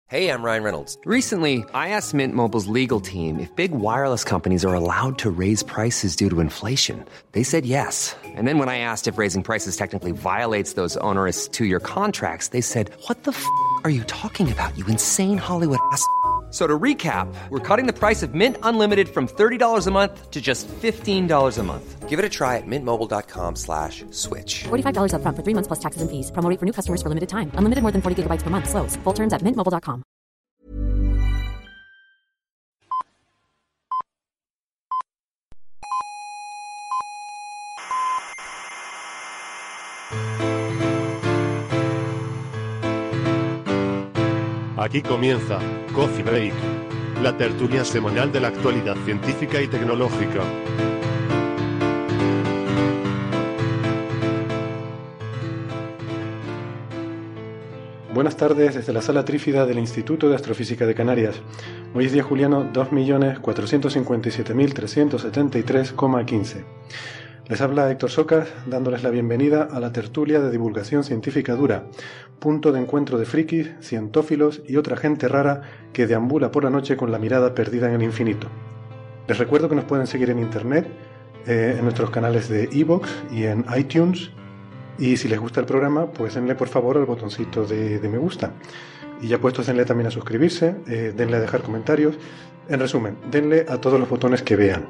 Hey, I'm Ryan Reynolds. Recently, I asked Mint Mobile's legal team if big wireless companies are allowed to raise prices due to inflation. They said yes. And then when I asked if raising prices technically violates those onerous two-year contracts, they said, "What the f*** are you talking about, you insane Hollywood ass?" So to recap, we're cutting the price of Mint Unlimited from $30 a month to just $15 a month. Give it a try at mintmobile.com/switch. $45 up front for 3 months plus taxes and fees. Promo rate for new customers for limited time. Unlimited more than 40 gigabytes per month. Slows full terms at mintmobile.com. Aquí comienza Coffee Break, la tertulia semanal de la actualidad científica y tecnológica. Buenas tardes desde la Sala Trífida del Instituto de Astrofísica de Canarias. Hoy es día juliano 2.457.373,15. Les habla Héctor Socas, dándoles la bienvenida a la tertulia de divulgación científica dura, punto de encuentro de frikis, cientófilos y otra gente rara que deambula por la noche con la mirada perdida en el infinito. Les recuerdo que nos pueden seguir en internet, en nuestros canales de iVoox y en iTunes. Y si les gusta el programa, pues denle por favor al botoncito de me gusta. Y ya puestos, denle también a suscribirse, denle a dejar comentarios. En resumen, denle a todos los botones que vean.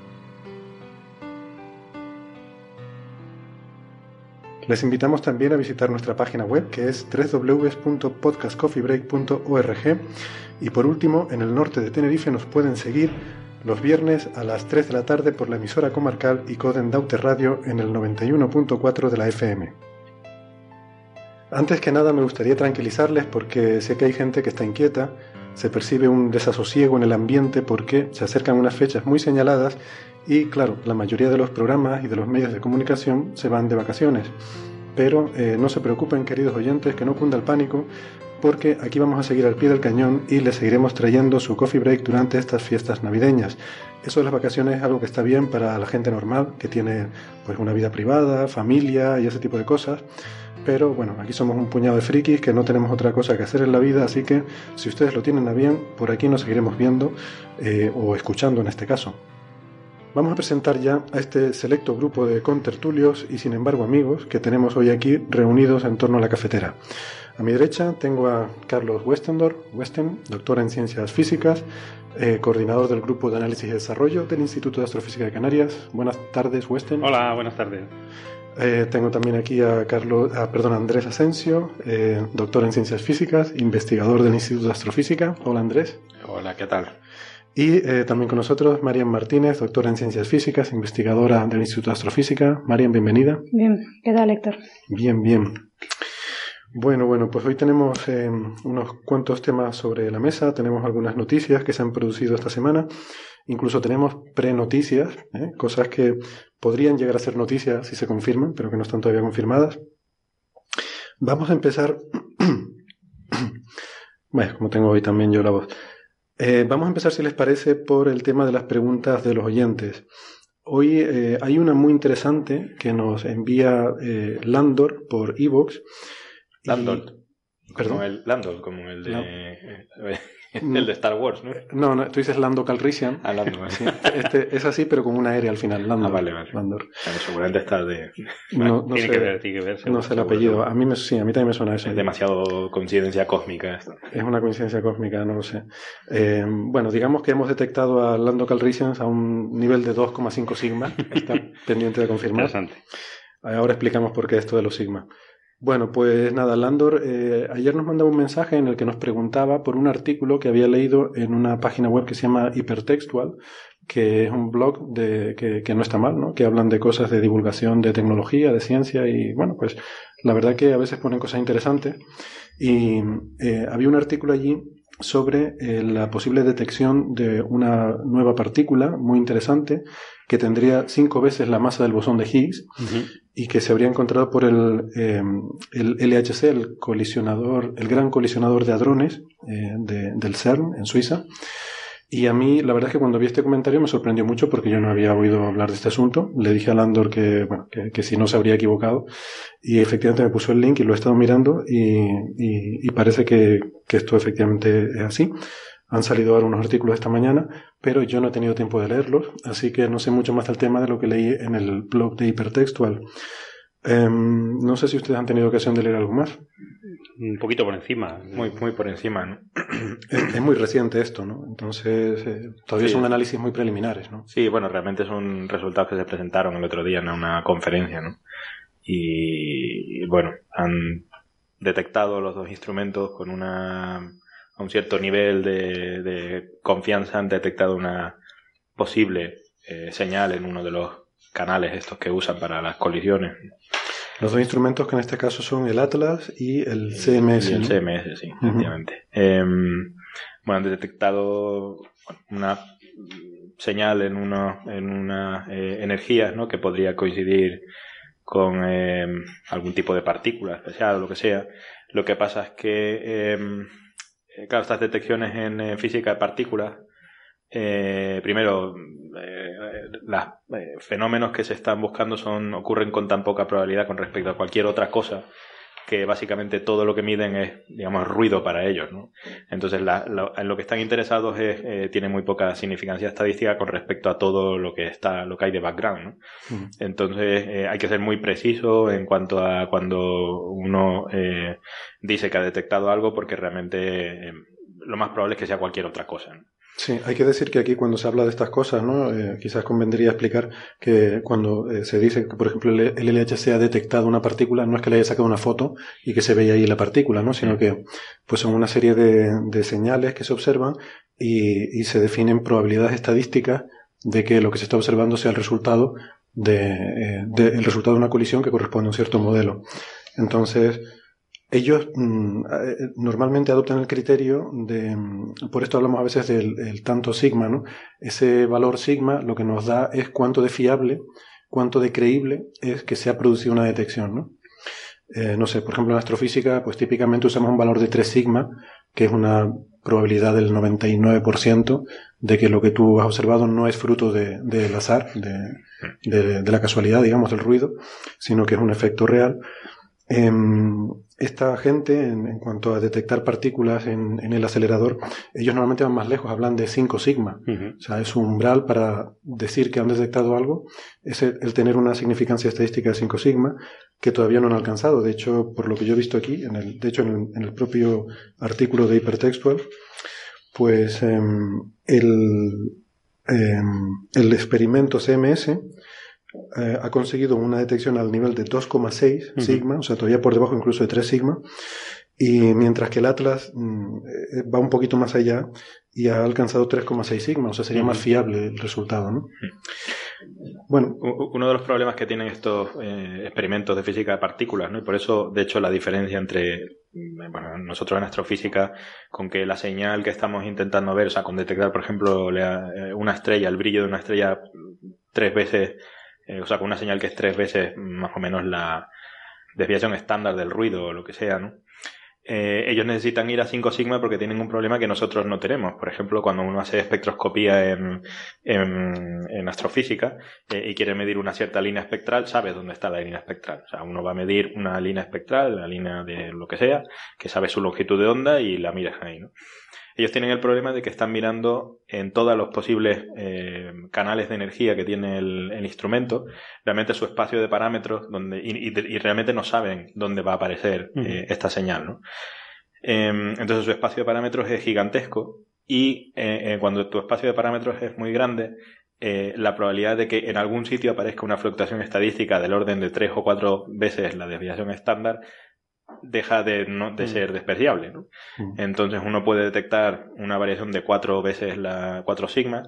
Les invitamos también a visitar nuestra página web, que es www.podcastcoffeebreak.org. Y por último, en el norte de Tenerife nos pueden seguir los viernes a las 3 de la tarde por la emisora comarcal Icoden Daute Radio en el 91.4 de la FM. Antes que nada me gustaría tranquilizarles porque sé que hay gente que está inquieta, se percibe un desasosiego en el ambiente porque se acercan unas fechas muy señaladas y claro, la mayoría de los programas y de los medios de comunicación se van de vacaciones. Pero no se preocupen, queridos oyentes, que no cunda el pánico, porque aquí vamos a seguir al pie del cañón y les seguiremos trayendo su coffee break durante estas fiestas navideñas. Eso de las vacaciones es algo que está bien para la gente normal, que tiene pues una vida privada, familia y ese tipo de cosas. Pero bueno, aquí somos un puñado de frikis que no tenemos otra cosa que hacer en la vida, así que si ustedes lo tienen a bien, por aquí nos seguiremos viendo o escuchando en este caso. Vamos a presentar ya a este selecto grupo de contertulios y sin embargo amigos que tenemos hoy aquí reunidos en torno a la cafetera. A mi derecha tengo a Carlos Westen, doctor en Ciencias Físicas, coordinador del Grupo de Análisis y Desarrollo del Instituto de Astrofísica de Canarias. Buenas tardes, Westen. Hola, buenas tardes. Tengo también aquí a Andrés Asensio, doctor en Ciencias Físicas, investigador del Instituto de Astrofísica. Hola, Andrés. Hola, ¿qué tal? Y también con nosotros Marian Martínez, doctora en Ciencias Físicas, investigadora del Instituto de Astrofísica. Marian, bienvenida. Bien, ¿qué tal, Héctor? Bien. Bueno, pues hoy tenemos unos cuantos temas sobre la mesa, tenemos algunas noticias que se han producido esta semana, incluso tenemos pre-noticias, cosas que podrían llegar a ser noticias si se confirman, pero que no están todavía confirmadas. Vamos a empezar, bueno, como tengo hoy también yo la voz, vamos a empezar, si les parece, por el tema de las preguntas de los oyentes. Hoy hay una muy interesante que nos envía Landor por iVoox. Landor. ¿Perdón? Como el de el de Star Wars, ¿no? No, tú dices Lando Calrissian. Lando, vale. Sí, es así, pero con una R al final, Landor. Vale. Landor. Claro, seguramente está de... No tiene que ver. No sé el apellido. A mí también me suena eso. Es demasiado coincidencia cósmica esto. Es una coincidencia cósmica, no lo sé. Bueno, digamos que hemos detectado a Lando Calrissian a un nivel de 2,5 sigma. Está pendiente de confirmar. Interesante. Ahora explicamos por qué esto de los sigma. Bueno, pues nada, Landor ayer nos mandaba un mensaje en el que nos preguntaba por un artículo que había leído en una página web que se llama Hipertextual, que es un blog que no está mal, ¿no? Que hablan de cosas de divulgación, de tecnología, de ciencia y bueno, pues la verdad que a veces ponen cosas interesantes y había un artículo allí sobre la posible detección de una nueva partícula muy interesante que tendría 5 veces la masa del bosón de Higgs y que se habría encontrado por el LHC, el gran colisionador de hadrones del CERN en Suiza. Y a mí, la verdad es que cuando vi este comentario me sorprendió mucho porque yo no había oído hablar de este asunto. Le dije a Landor que si no se habría equivocado. Y efectivamente me puso el link y lo he estado mirando y parece que esto efectivamente es así. Han salido ahora unos artículos esta mañana, pero yo no he tenido tiempo de leerlos, así que no sé mucho más del tema de lo que leí en el blog de Hipertextual. No sé si ustedes han tenido ocasión de leer algo más. Un poquito por encima, muy por encima, ¿no? Es muy reciente esto, ¿no? Entonces, todavía son análisis muy preliminares, ¿no? Sí, bueno, realmente son resultados que se presentaron el otro día en una conferencia, ¿no? Y bueno, han detectado los dos instrumentos con a un cierto nivel de confianza, han detectado una posible señal en uno de los canales estos que usan para las colisiones. Los dos instrumentos que en este caso son el Atlas y el CMS. Y el ¿no? CMS, sí, efectivamente. Bueno, han detectado una señal en unas energías, ¿no? Que podría coincidir con algún tipo de partícula especial o lo que sea. Lo que pasa es que, claro, estas detecciones en física de partículas, primero, los fenómenos que se están buscando ocurren con tan poca probabilidad con respecto a cualquier otra cosa, que básicamente todo lo que miden es, digamos, ruido para ellos, ¿no? Entonces, en lo que están interesados tiene muy poca significancia estadística con respecto a todo lo que hay de background, ¿no? Entonces, hay que ser muy preciso en cuanto a cuando uno dice que ha detectado algo, porque realmente lo más probable es que sea cualquier otra cosa, ¿no? Sí, hay que decir que aquí cuando se habla de estas cosas, ¿no? Quizás convendría explicar que cuando se dice que, por ejemplo, el LHC ha detectado una partícula, no es que le haya sacado una foto y que se veía ahí la partícula, ¿no? Sino que pues son una serie de señales que se observan y se definen probabilidades estadísticas de que lo que se está observando sea el resultado el resultado de una colisión que corresponde a un cierto modelo. Entonces, ellos normalmente adoptan el criterio por esto hablamos a veces del tanto sigma, ¿no? Ese valor sigma lo que nos da es cuánto de fiable, cuánto de creíble es que se ha producido una detección, ¿no? No sé, por ejemplo en astrofísica pues típicamente usamos un valor de 3 sigma, que es una probabilidad del 99% de que lo que tú has observado no es fruto del azar, de la casualidad, digamos, del ruido, sino que es un efecto real. Esta gente, en cuanto a detectar partículas en el acelerador, ellos normalmente van más lejos, hablan de 5 sigma. O sea, es un umbral para decir que han detectado algo, es el tener una significancia estadística de 5 sigma, que todavía no han alcanzado. De hecho, por lo que yo he visto aquí, en el propio artículo de Hipertextual, pues el experimento CMS ha conseguido una detección al nivel de 2,6 sigma, o sea, todavía por debajo incluso de 3 sigma, y mientras que el Atlas va un poquito más allá y ha alcanzado 3,6 sigma, o sea, sería más fiable el resultado, ¿no? Bueno, uno de los problemas que tienen estos experimentos de física de partículas, ¿no? Y por eso, de hecho, la diferencia entre nosotros en astrofísica, con que la señal que estamos intentando ver, o sea, con detectar, por ejemplo, una estrella, el brillo de una estrella 3 veces, o sea, con una señal que es 3 veces más o menos la desviación estándar del ruido o lo que sea, ¿no? Ellos necesitan ir a 5 sigma porque tienen un problema que nosotros no tenemos. Por ejemplo, cuando uno hace espectroscopía en astrofísica y quiere medir una cierta línea espectral, sabe dónde está la línea espectral. O sea, uno va a medir una línea espectral, la línea de lo que sea, que sabe su longitud de onda y la miras ahí, ¿no? Ellos tienen el problema de que están mirando en todos los posibles canales de energía que tiene el instrumento, realmente su espacio de parámetros, y realmente no saben dónde va a aparecer esta señal, ¿no? Entonces su espacio de parámetros es gigantesco y cuando tu espacio de parámetros es muy grande, la probabilidad de que en algún sitio aparezca una fluctuación estadística del orden de 3 o 4 veces la desviación estándar deja de ser despreciable, ¿no? Entonces uno puede detectar una variación de 4 veces 4 sigma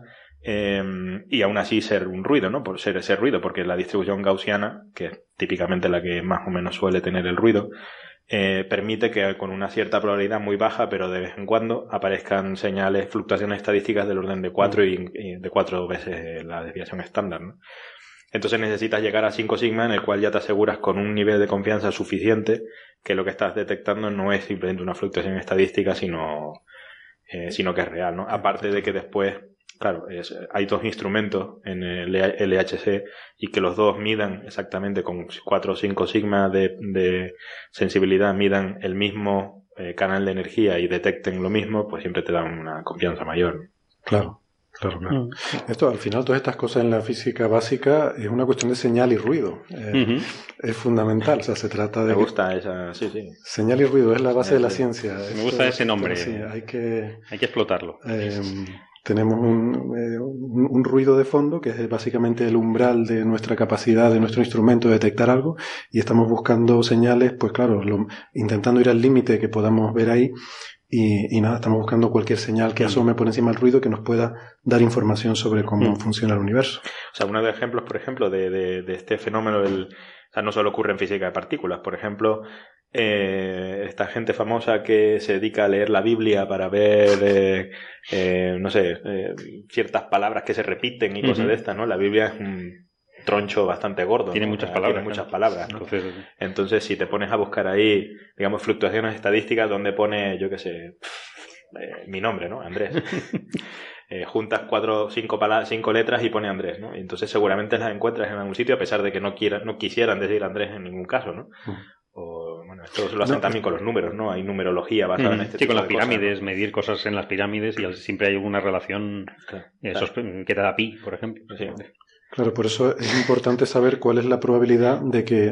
y aún así ser un ruido, ¿no? Por ser ese ruido, porque la distribución gaussiana, que es típicamente la que más o menos suele tener el ruido, permite que con una cierta probabilidad muy baja, pero de vez en cuando aparezcan señales, fluctuaciones estadísticas del orden de 4 y de 4 veces la desviación estándar, ¿no? Entonces necesitas llegar a 5 sigma, en el cual ya te aseguras con un nivel de confianza suficiente que lo que estás detectando no es simplemente una fluctuación estadística, sino sino que es real, ¿no? Aparte de que después, claro, hay dos instrumentos en el LHC y que los dos midan exactamente con 4 o 5 sigma de sensibilidad, midan el mismo canal de energía y detecten lo mismo, pues siempre te dan una confianza mayor, ¿no? Claro. Esto, al final, todas estas cosas en la física básica es una cuestión de señal y ruido. Es fundamental, o sea, se trata de... Me gusta esa... Sí. Señal y ruido es la base de la ciencia. Me gusta ese nombre. Sí, hay que explotarlo. Tenemos un ruido de fondo que es básicamente el umbral de nuestra capacidad de nuestro instrumento de detectar algo, y estamos buscando señales, pues claro, intentando ir al límite que podamos ver ahí. Y nada, estamos buscando cualquier señal que asome por encima del ruido que nos pueda dar información sobre cómo funciona el universo. O sea, uno de los ejemplos, por ejemplo, de este fenómeno, o sea, no solo ocurre en física de partículas. Por ejemplo, esta gente famosa que se dedica a leer la Biblia para ver, no sé, ciertas palabras que se repiten y cosas de estas, ¿no? La Biblia es un troncho bastante gordo. Tiene muchas palabras. ¿no? Entonces, si te pones a buscar ahí, digamos, fluctuaciones estadísticas donde pone, yo qué sé, mi nombre, ¿no? Andrés. Juntas 4 o 5 letras y pone Andrés, ¿no? Y entonces seguramente las encuentras en algún sitio, a pesar de que no quisieran decir Andrés en ningún caso, ¿no? O, bueno, esto lo hacen también con los números, ¿no? Hay numerología basada en este tipo de cosas. Sí, con las pirámides, ¿no? Medir cosas en las pirámides y siempre hay alguna relación que te da pi, por ejemplo. Sí. Claro, por eso es importante saber cuál es la probabilidad de que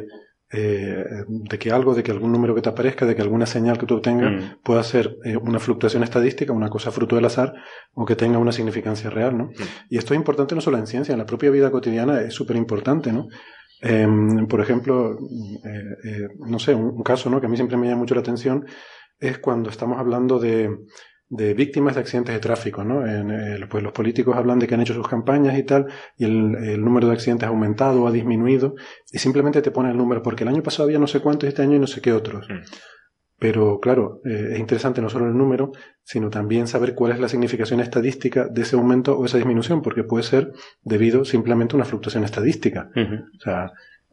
algún número que te aparezca, de que alguna señal que tú obtengas pueda ser una fluctuación estadística, una cosa fruto del azar, o que tenga una significancia real, ¿no? Y esto es importante no solo en ciencia, en la propia vida cotidiana es súper importante, ¿no? Por ejemplo, no sé, un caso, ¿no?, que a mí siempre me llama mucho la atención es cuando estamos hablando de víctimas de accidentes de tráfico, ¿no? Pues los políticos hablan de que han hecho sus campañas y tal, y el número de accidentes ha aumentado o ha disminuido, y simplemente te ponen el número, porque el año pasado había no sé cuántos y este año y no sé qué otros. Pero claro, es interesante no solo el número, sino también saber cuál es la significación estadística de ese aumento o esa disminución, porque puede ser debido simplemente a una fluctuación estadística. O sea,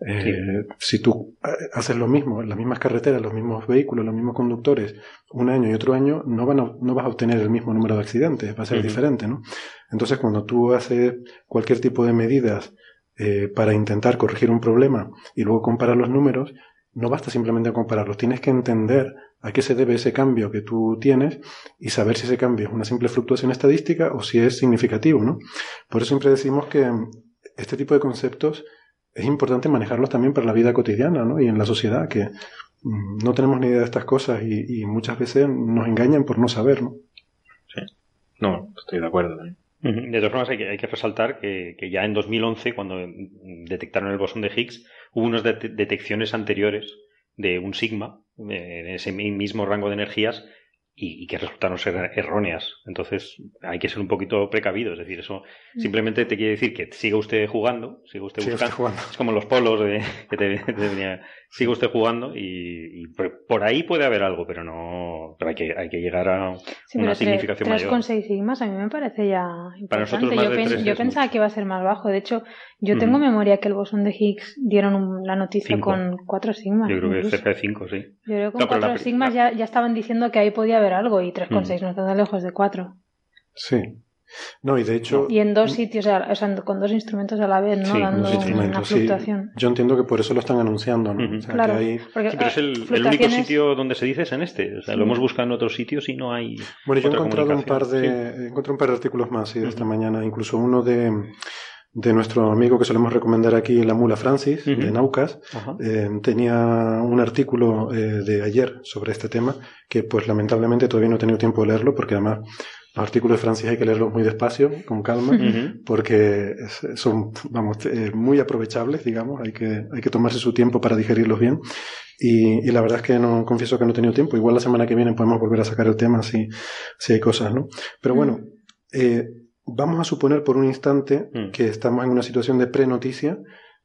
si tú haces lo mismo, las mismas carreteras, los mismos vehículos, los mismos conductores, un año y otro año, no vas a obtener el mismo número de accidentes, va a ser diferente, ¿no? Entonces, cuando tú haces cualquier tipo de medidas para intentar corregir un problema y luego comparar los números, no basta simplemente compararlos, tienes que entender a qué se debe ese cambio que tú tienes y saber si ese cambio es una simple fluctuación estadística o si es significativo, ¿no? Por eso siempre decimos que este tipo de conceptos es importante manejarlos también para la vida cotidiana, ¿no? Y en la sociedad, que no tenemos ni idea de estas cosas y muchas veces nos engañan por no saber, ¿no? Sí. No, estoy de acuerdo también. De todas formas, hay que resaltar que ya en 2011, cuando detectaron el bosón de Higgs, hubo unas detecciones anteriores de un sigma, en ese mismo rango de energías, y que resultaron ser erróneas. Entonces hay que ser un poquito precavido, es decir, eso simplemente te quiere decir que siga usted jugando, siga usted buscando. Es como los polos que te venía, siga usted jugando y por ahí puede haber algo, pero hay que llegar a una significación mayor. 3,6 sigmas a mí me parece ya importante. Para nosotros más de 3 yo pensaba que iba a ser más bajo. De hecho, yo tengo memoria que el bosón de Higgs dieron la noticia 5. Con 4 sigmas. Yo creo que cerca de 5, sí. Yo creo que con 4 sigmas ya estaban diciendo que ahí podía haber algo, y 3,6 no está tan lejos de 4. Sí. No, y de hecho... Y en 2 sitios, o sea, con 2 instrumentos a la vez, ¿no? Sí, dando una fluctuación. Sí. Yo entiendo que por eso lo están anunciando, ¿no? Uh-huh. O sea, claro, que hay... porque, sí, pero es el único sitio donde se dice es en este. O sea, lo hemos buscado en otros sitios y no hay. Bueno, yo he encontrado un par de artículos más de esta mañana, incluso uno de nuestro amigo que solemos recomendar aquí, la mula Francis, de Naucas. Tenía un artículo de ayer sobre este tema, que pues lamentablemente todavía no he tenido tiempo de leerlo, porque además los artículos de Francis hay que leerlos muy despacio, con calma, porque son, muy aprovechables, digamos, hay que tomarse su tiempo para digerirlos bien. Y la verdad es que confieso que no he tenido tiempo. Igual la semana que viene podemos volver a sacar el tema si hay cosas, ¿no? Pero bueno, vamos a suponer por un instante que estamos en una situación de pre-noticia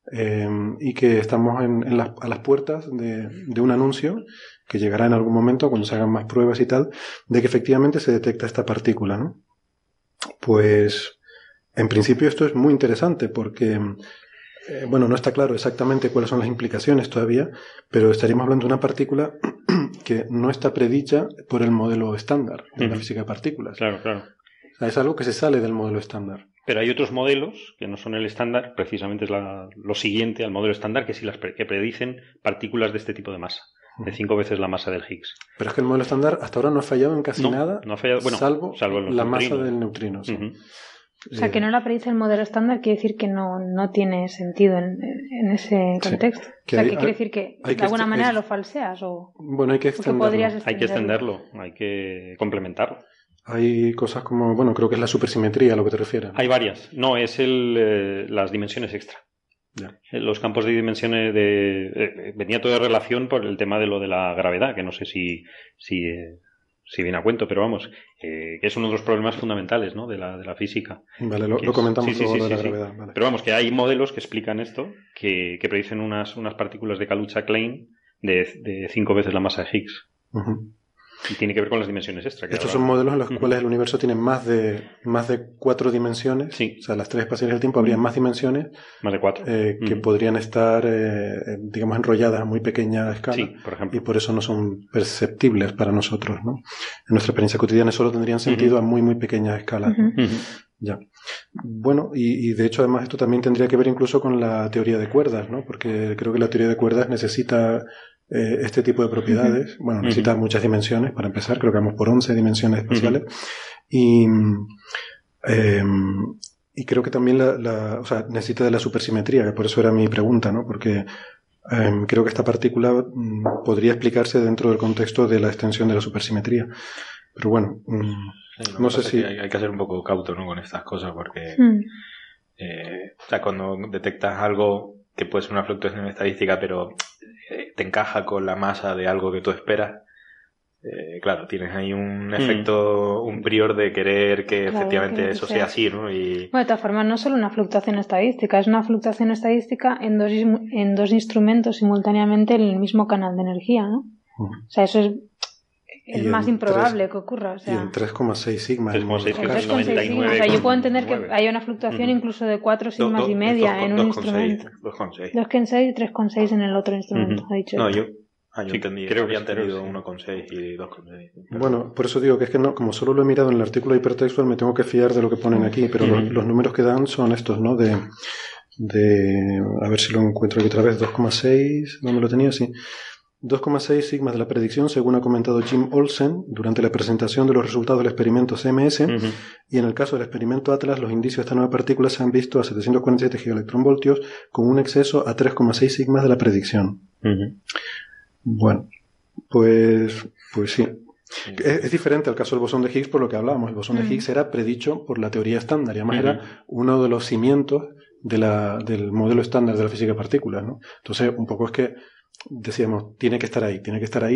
y que estamos a las puertas de un anuncio que llegará en algún momento cuando se hagan más pruebas y tal, de que efectivamente se detecta esta partícula, ¿no? Pues en principio esto es muy interesante porque Bueno, no está claro exactamente cuáles son las implicaciones todavía, pero estaríamos hablando de una partícula que no está predicha por el modelo estándar de la física de partículas. Claro, claro. O sea, es algo que se sale del modelo estándar. Pero hay otros modelos que no son el estándar, precisamente es lo siguiente al modelo estándar, que sí que predicen partículas de este tipo de masa, de 5 veces la masa del Higgs. Pero es que el modelo estándar hasta ahora no ha fallado en casi nada, no ha fallado, bueno, salvo la masa del neutrino. Sí. O sea, que no la predice el modelo estándar quiere decir que no tiene sentido en ese contexto. Sí, que quiere decir que de alguna manera lo falseas o... Bueno, hay que extenderlo. Hay que extenderlo, hay que complementarlo. Hay cosas como, bueno, creo que es la supersimetría a lo que te refieres. Hay varias. No, es las dimensiones extra. Ya. Los campos de dimensiones venía todo de relación por el tema de lo de la gravedad, que no sé si viene a cuento, pero vamos, que es uno de los problemas fundamentales, ¿no? de la física. Vale, lo comentamos luego de la gravedad. Vale. Pero vamos, que hay modelos que explican esto, que predicen unas partículas de Kaluza-Klein de 5 veces la masa de Higgs. Y tiene que ver con las dimensiones extra. Estos son modelos en los cuales el universo tiene más de 4 dimensiones. Sí. O sea, las 3 espaciales del tiempo habría más dimensiones. Más de 4. Que podrían estar, digamos, enrolladas a muy pequeña escala. Sí, por ejemplo. Y por eso no son perceptibles para nosotros, ¿no? En nuestra experiencia cotidiana solo tendrían sentido a muy, muy pequeñas escalas, ¿no? Ya. Bueno, y de hecho además esto también tendría que ver incluso con la teoría de cuerdas, ¿no? Porque creo que la teoría de cuerdas necesita este tipo de propiedades. Bueno, necesita muchas dimensiones para empezar, creo que vamos por 11 dimensiones espaciales. Y creo que también o sea, necesita de la supersimetría, que por eso era mi pregunta, ¿no? Porque creo que esta partícula podría explicarse dentro del contexto de la extensión de la supersimetría. Pero bueno, no sé si... Hay que ser un poco cauto, ¿no? Con estas cosas, porque o sea, cuando detectas algo que puede ser una fluctuación estadística, pero te encaja con la masa de algo que tú esperas, claro, tienes ahí un efecto, un prior de querer que efectivamente eso sea así, ¿no? Y... Bueno, de todas formas, no es solo una fluctuación estadística, es una fluctuación estadística en dos instrumentos simultáneamente en el mismo canal de energía, ¿no? O sea, eso es más improbable que ocurra. O sea, y en 3,6 sigma. 3,6 sigma. O sea, yo puedo entender que haya una fluctuación incluso de 4 sigmas y media en un instrumento. 2,6 y 3,6 en el otro instrumento, ha dicho. No, yo entendí, creo que habían tenido 1,6 y 2,6. Bueno, por eso digo que es que no, como solo lo he mirado en el artículo hipertextual, me tengo que fiar de lo que ponen aquí, pero los números que dan son estos, ¿no? A ver si lo encuentro aquí otra vez, 2,6, ¿dónde lo tenía? Sí. 2,6 sigmas de la predicción, según ha comentado Jim Olsen durante la presentación de los resultados del experimento CMS, y en el caso del experimento Atlas, los indicios de esta nueva partícula se han visto a 747 gigaelectronvoltios con un exceso a 3,6 sigmas de la predicción. Bueno, pues sí. Es diferente al caso del bosón de Higgs por lo que hablábamos. El bosón de Higgs era predicho por la teoría estándar y además era uno de los cimientos del modelo estándar de la física de partículas, ¿no? Entonces, un poco es que decíamos, tiene que estar ahí,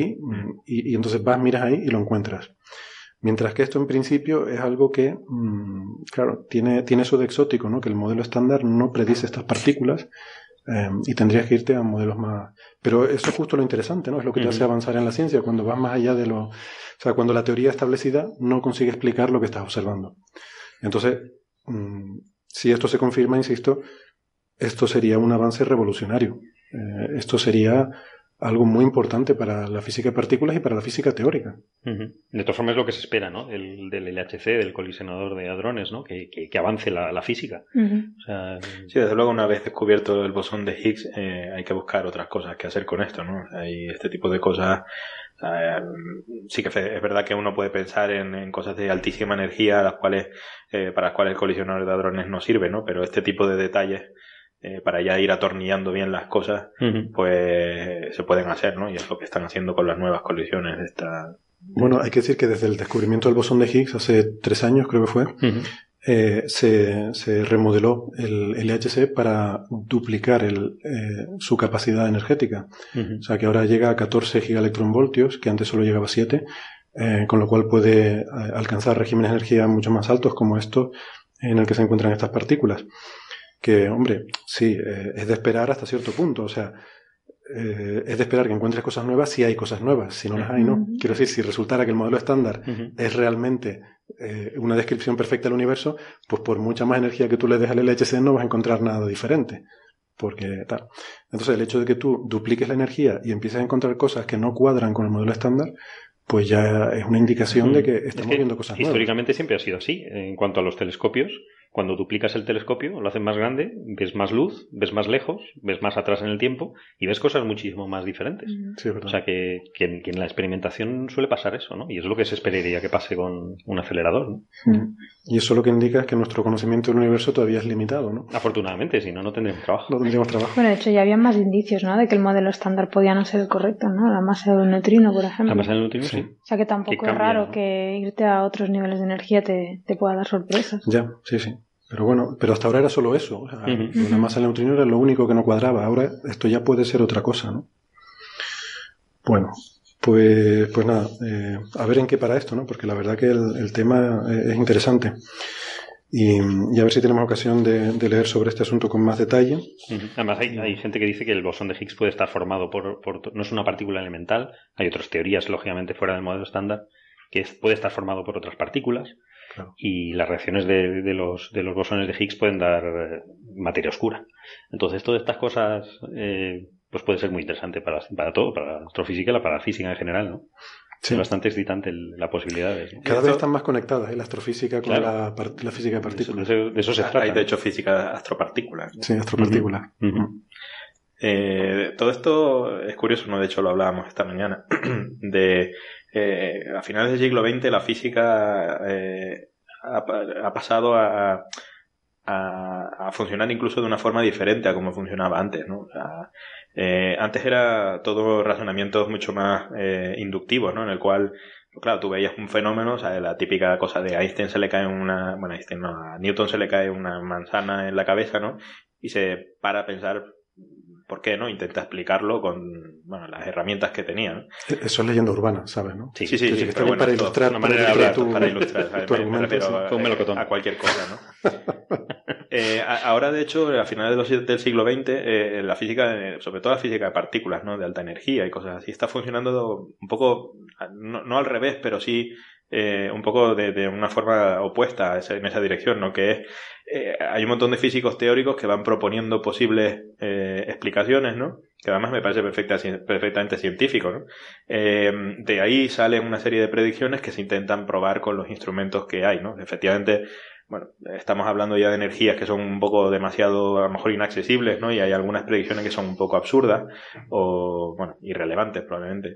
y entonces vas, miras ahí y lo encuentras. Mientras que esto en principio es algo que, claro, tiene eso de exótico, ¿no? Que el modelo estándar no predice estas partículas, y tendrías que irte a modelos más... Pero eso es justo lo interesante, ¿no? Es lo que te hace avanzar en la ciencia, cuando vas más allá de lo... O sea, cuando la teoría establecida no consigue explicar lo que estás observando. Entonces, si esto se confirma, insisto, esto sería un avance revolucionario. Esto sería algo muy importante para la física de partículas y para la física teórica. De todas formas es lo que se espera, ¿no? Del LHC, del colisionador de hadrones, ¿no? Que avance la física. O sea... Sí, desde luego, una vez descubierto el bosón de Higgs, hay que buscar otras cosas que hacer con esto, ¿no? Hay este tipo de cosas. Sí que es verdad que uno puede pensar en cosas de altísima energía, para las cuales el colisionador de hadrones no sirve, ¿no? Pero este tipo de detalles, para ya ir atornillando bien las cosas, pues se pueden hacer, ¿no? Y es lo que están haciendo con las nuevas colisiones de esta... Bueno, hay que decir que desde el descubrimiento del bosón de Higgs, hace 3 años creo que fue, se remodeló el LHC para duplicar su capacidad energética. O sea que ahora llega a 14 gigaelectronvoltios, que antes solo llegaba a 7, con lo cual puede alcanzar regímenes de energía mucho más altos como estos en el que se encuentran estas partículas. Que, hombre, sí, es de esperar hasta cierto punto. O sea, es de esperar que encuentres cosas nuevas si hay cosas nuevas. Si no las hay, no. Quiero decir, si resultara que el modelo estándar es realmente una descripción perfecta del universo, pues por mucha más energía que tú le des al LHC no vas a encontrar nada diferente. porque tal. Entonces el hecho de que tú dupliques la energía y empieces a encontrar cosas que no cuadran con el modelo estándar, pues ya es una indicación de que estamos viendo cosas nuevas. Históricamente siempre ha sido así. En cuanto a los telescopios, cuando duplicas el telescopio, lo haces más grande, ves más luz, ves más lejos, ves más atrás en el tiempo y ves cosas muchísimo más diferentes. Sí, es verdad. O sea que en la experimentación suele pasar eso, ¿no? Y es lo que se esperaría que pase con un acelerador, ¿no? Y eso lo que indica es que nuestro conocimiento del universo todavía es limitado, ¿no? Afortunadamente, si no, no tendríamos trabajo. No tendríamos trabajo. Bueno, de hecho ya había más indicios, ¿no? De que el modelo estándar podía no ser el correcto, ¿no? La masa de un neutrino, por ejemplo. La masa del neutrino, sí. O sea que tampoco Que es cambia, raro ¿no? que irte a otros niveles de energía te pueda dar sorpresas. Ya, sí. Pero bueno, pero hasta ahora era solo eso. O sea, la masa del neutrino era lo único que no cuadraba. Ahora esto ya puede ser otra cosa, ¿no? Bueno, pues nada, a ver en qué para esto, ¿no? Porque la verdad que el tema es interesante. Y a ver si tenemos ocasión de leer sobre este asunto con más detalle. Además hay gente que dice que el bosón de Higgs puede estar formado no es una partícula elemental. Hay otras teorías, lógicamente, fuera del modelo estándar, que puede estar formado por otras partículas. Claro. Y las reacciones de los bosones de Higgs pueden dar materia oscura. Entonces, todas estas cosas pues puede ser muy interesante para todo, para la astrofísica y para la física en general, ¿no? Sí. Es bastante excitante la posibilidad de... Cada vez están más conectadas, la astrofísica con la física de partículas. De eso se trata. Hay, de hecho, física astropartículas. Sí, astropartículas. Todo esto es curioso, ¿no? De hecho, lo hablábamos esta mañana. A finales del siglo XX la física ha pasado a funcionar incluso de una forma diferente a como funcionaba antes, ¿no? O sea, antes era todo razonamientos mucho más inductivos, ¿no? En el cual, claro, tú veías un fenómeno, o sea, la típica cosa de Einstein se le cae a Newton se le cae una manzana en la cabeza, ¿no? Y se para a pensar por qué, ¿no? Intenta explicarlo con, las herramientas que tenía, ¿no? Eso es leyenda urbana, ¿sabes, no? Sí. Pero bueno, para ilustrar, una manera de hablar, para ilustrar, me refiero a cualquier cosa, ¿no? Ahora, de hecho, a finales del siglo XX, la física, sobre todo la física de partículas, ¿no? De alta energía y cosas así, está funcionando un poco, no al revés, pero sí un poco de una forma opuesta en esa dirección, ¿no? Que es, hay un montón de físicos teóricos que van proponiendo posibles explicaciones, ¿no? Que además me parece perfectamente científico, ¿no? De ahí salen una serie de predicciones que se intentan probar con los instrumentos que hay, ¿no? Efectivamente, bueno, estamos hablando ya de energías que son un poco demasiado, a lo mejor, inaccesibles, ¿no? Y hay algunas predicciones que son un poco absurdas o, irrelevantes probablemente.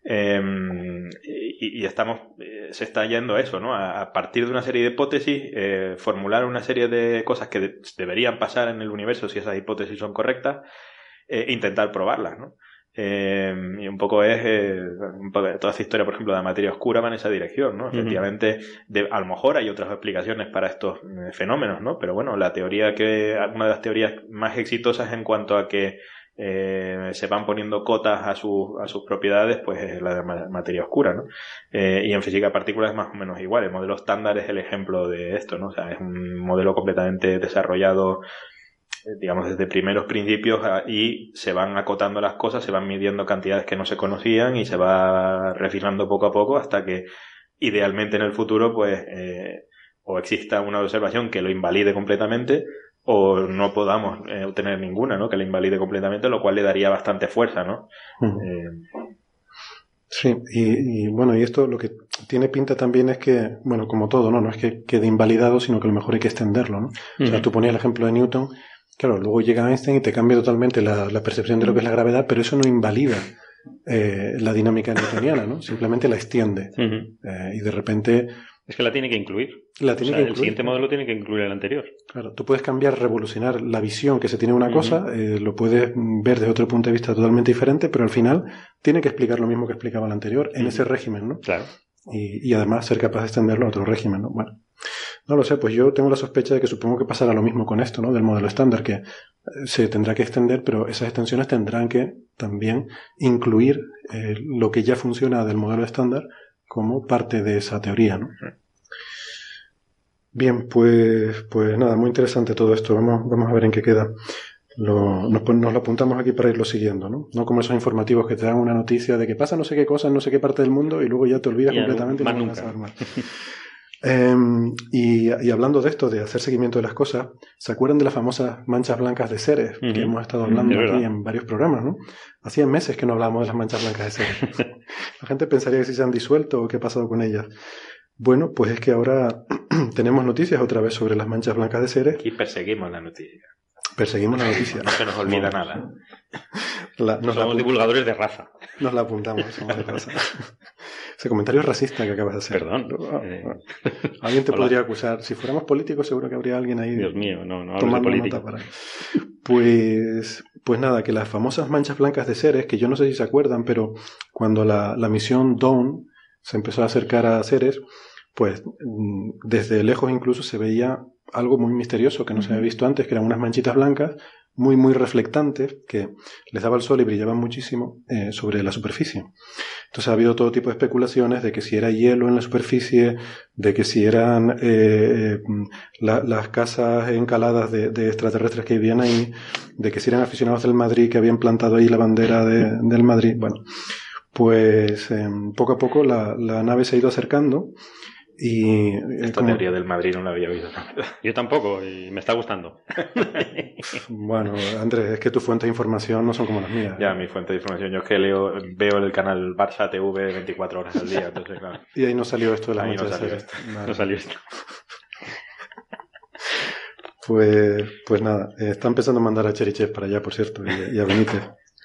Y se está yendo a eso, ¿no? A partir de una serie de hipótesis, formular una serie de cosas que deberían pasar en el universo si esas hipótesis son correctas, intentar probarlas, ¿no? Y un poco toda esta historia, por ejemplo, de la materia oscura va en esa dirección, ¿no? Efectivamente, a lo mejor hay otras explicaciones para estos fenómenos, ¿no? Pero bueno, una de las teorías más exitosas en cuanto a que se van poniendo cotas a sus propiedades, pues es la de materia oscura, ¿no? Y en física de partículas es más o menos igual. El modelo estándar es el ejemplo de esto, ¿no? O sea, es un modelo completamente desarrollado, digamos, desde primeros principios, y se van acotando las cosas, se van midiendo cantidades que no se conocían y se va refinando poco a poco hasta que idealmente en el futuro, pues, o exista una observación que lo invalide completamente o no podamos obtener ninguna, ¿no? Que lo invalide completamente, lo cual le daría bastante fuerza, ¿no? Sí, y bueno, y esto lo que tiene pinta también es que, bueno, como todo, ¿no? No es que quede invalidado, sino que a lo mejor hay que extenderlo, ¿no? O sea, tú ponías el ejemplo de Newton. Claro, luego llega Einstein y te cambia totalmente la percepción de lo que es la gravedad, pero eso no invalida la dinámica newtoniana, ¿no? Simplemente la extiende. Y de repente... Es que la tiene que incluir. El siguiente modelo tiene que incluir el anterior. Claro, tú puedes cambiar, revolucionar la visión que se tiene de una cosa, lo puedes ver desde otro punto de vista totalmente diferente, pero al final tiene que explicar lo mismo que explicaba el anterior en ese régimen, ¿no? Claro. Y además ser capaz de extenderlo a otro régimen, ¿no? Bueno, no lo sé, pues yo tengo la sospecha de que supongo que pasará lo mismo con esto, ¿no? Del modelo estándar, que se tendrá que extender, pero esas extensiones tendrán que también incluir lo que ya funciona del modelo estándar como parte de esa teoría, ¿no? Bien, pues nada, muy interesante todo esto. Vamos a ver en qué queda. Nos lo apuntamos aquí para irlo siguiendo, ¿no? No como esos informativos que te dan una noticia de que pasa no sé qué cosa en no sé qué parte del mundo y luego ya te olvidas completamente y no vas a saber más. Y hablando de esto, de hacer seguimiento de las cosas, ¿se acuerdan de las famosas manchas blancas de Ceres? Que hemos estado hablando aquí en varios programas, ¿no? Hacía meses que no hablábamos de las manchas blancas de Ceres. La gente pensaría que sí se han disuelto o qué ha pasado con ellas. Bueno, pues es que ahora tenemos noticias otra vez sobre las manchas blancas de Ceres. Y perseguimos la noticia. Perseguimos la noticia. No se nos olvida nada. Somos divulgadores de raza. Nos la apuntamos, somos de raza. Ese comentario racista que acabas de hacer. Perdón. Alguien te podría acusar. Si fuéramos políticos, seguro que habría alguien ahí. Dios mío, no hablo de política. Pues nada, que las famosas manchas blancas de Ceres, que yo no sé si se acuerdan, pero cuando la misión Dawn se empezó a acercar a Ceres, pues desde lejos incluso se veía algo muy misterioso que no se había visto antes, que eran unas manchitas blancas muy, muy reflectantes que les daba el sol y brillaban muchísimo sobre la superficie. Entonces ha habido todo tipo de especulaciones de que si era hielo en la superficie, de que si eran las casas encaladas de extraterrestres que vivían ahí, de que si eran aficionados del Madrid que habían plantado ahí la bandera del Madrid. Bueno, pues poco a poco la nave se ha ido acercando. Y esta teoría del Madrid no la había oído. Yo tampoco, y me está gustando. Bueno, Andrés, es que tus fuentes de información no son como las mías. Ya, mi fuente de información. Yo es que veo el canal Barça TV 24 horas al día, entonces claro. Y ahí no salió esto de las manchas. No salió esto. Pues nada, está empezando a mandar a Cherichev para allá, por cierto, y a Benítez.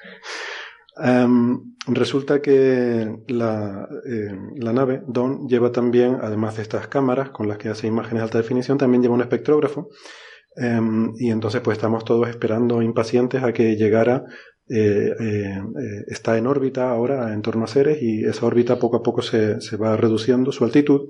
Resulta que la nave Dawn lleva también, además de estas cámaras con las que hace imágenes de alta definición, también lleva un espectrógrafo, y entonces pues estamos todos esperando impacientes a que llegara. Está en órbita ahora en torno a Ceres, y esa órbita poco a poco se va reduciendo su altitud,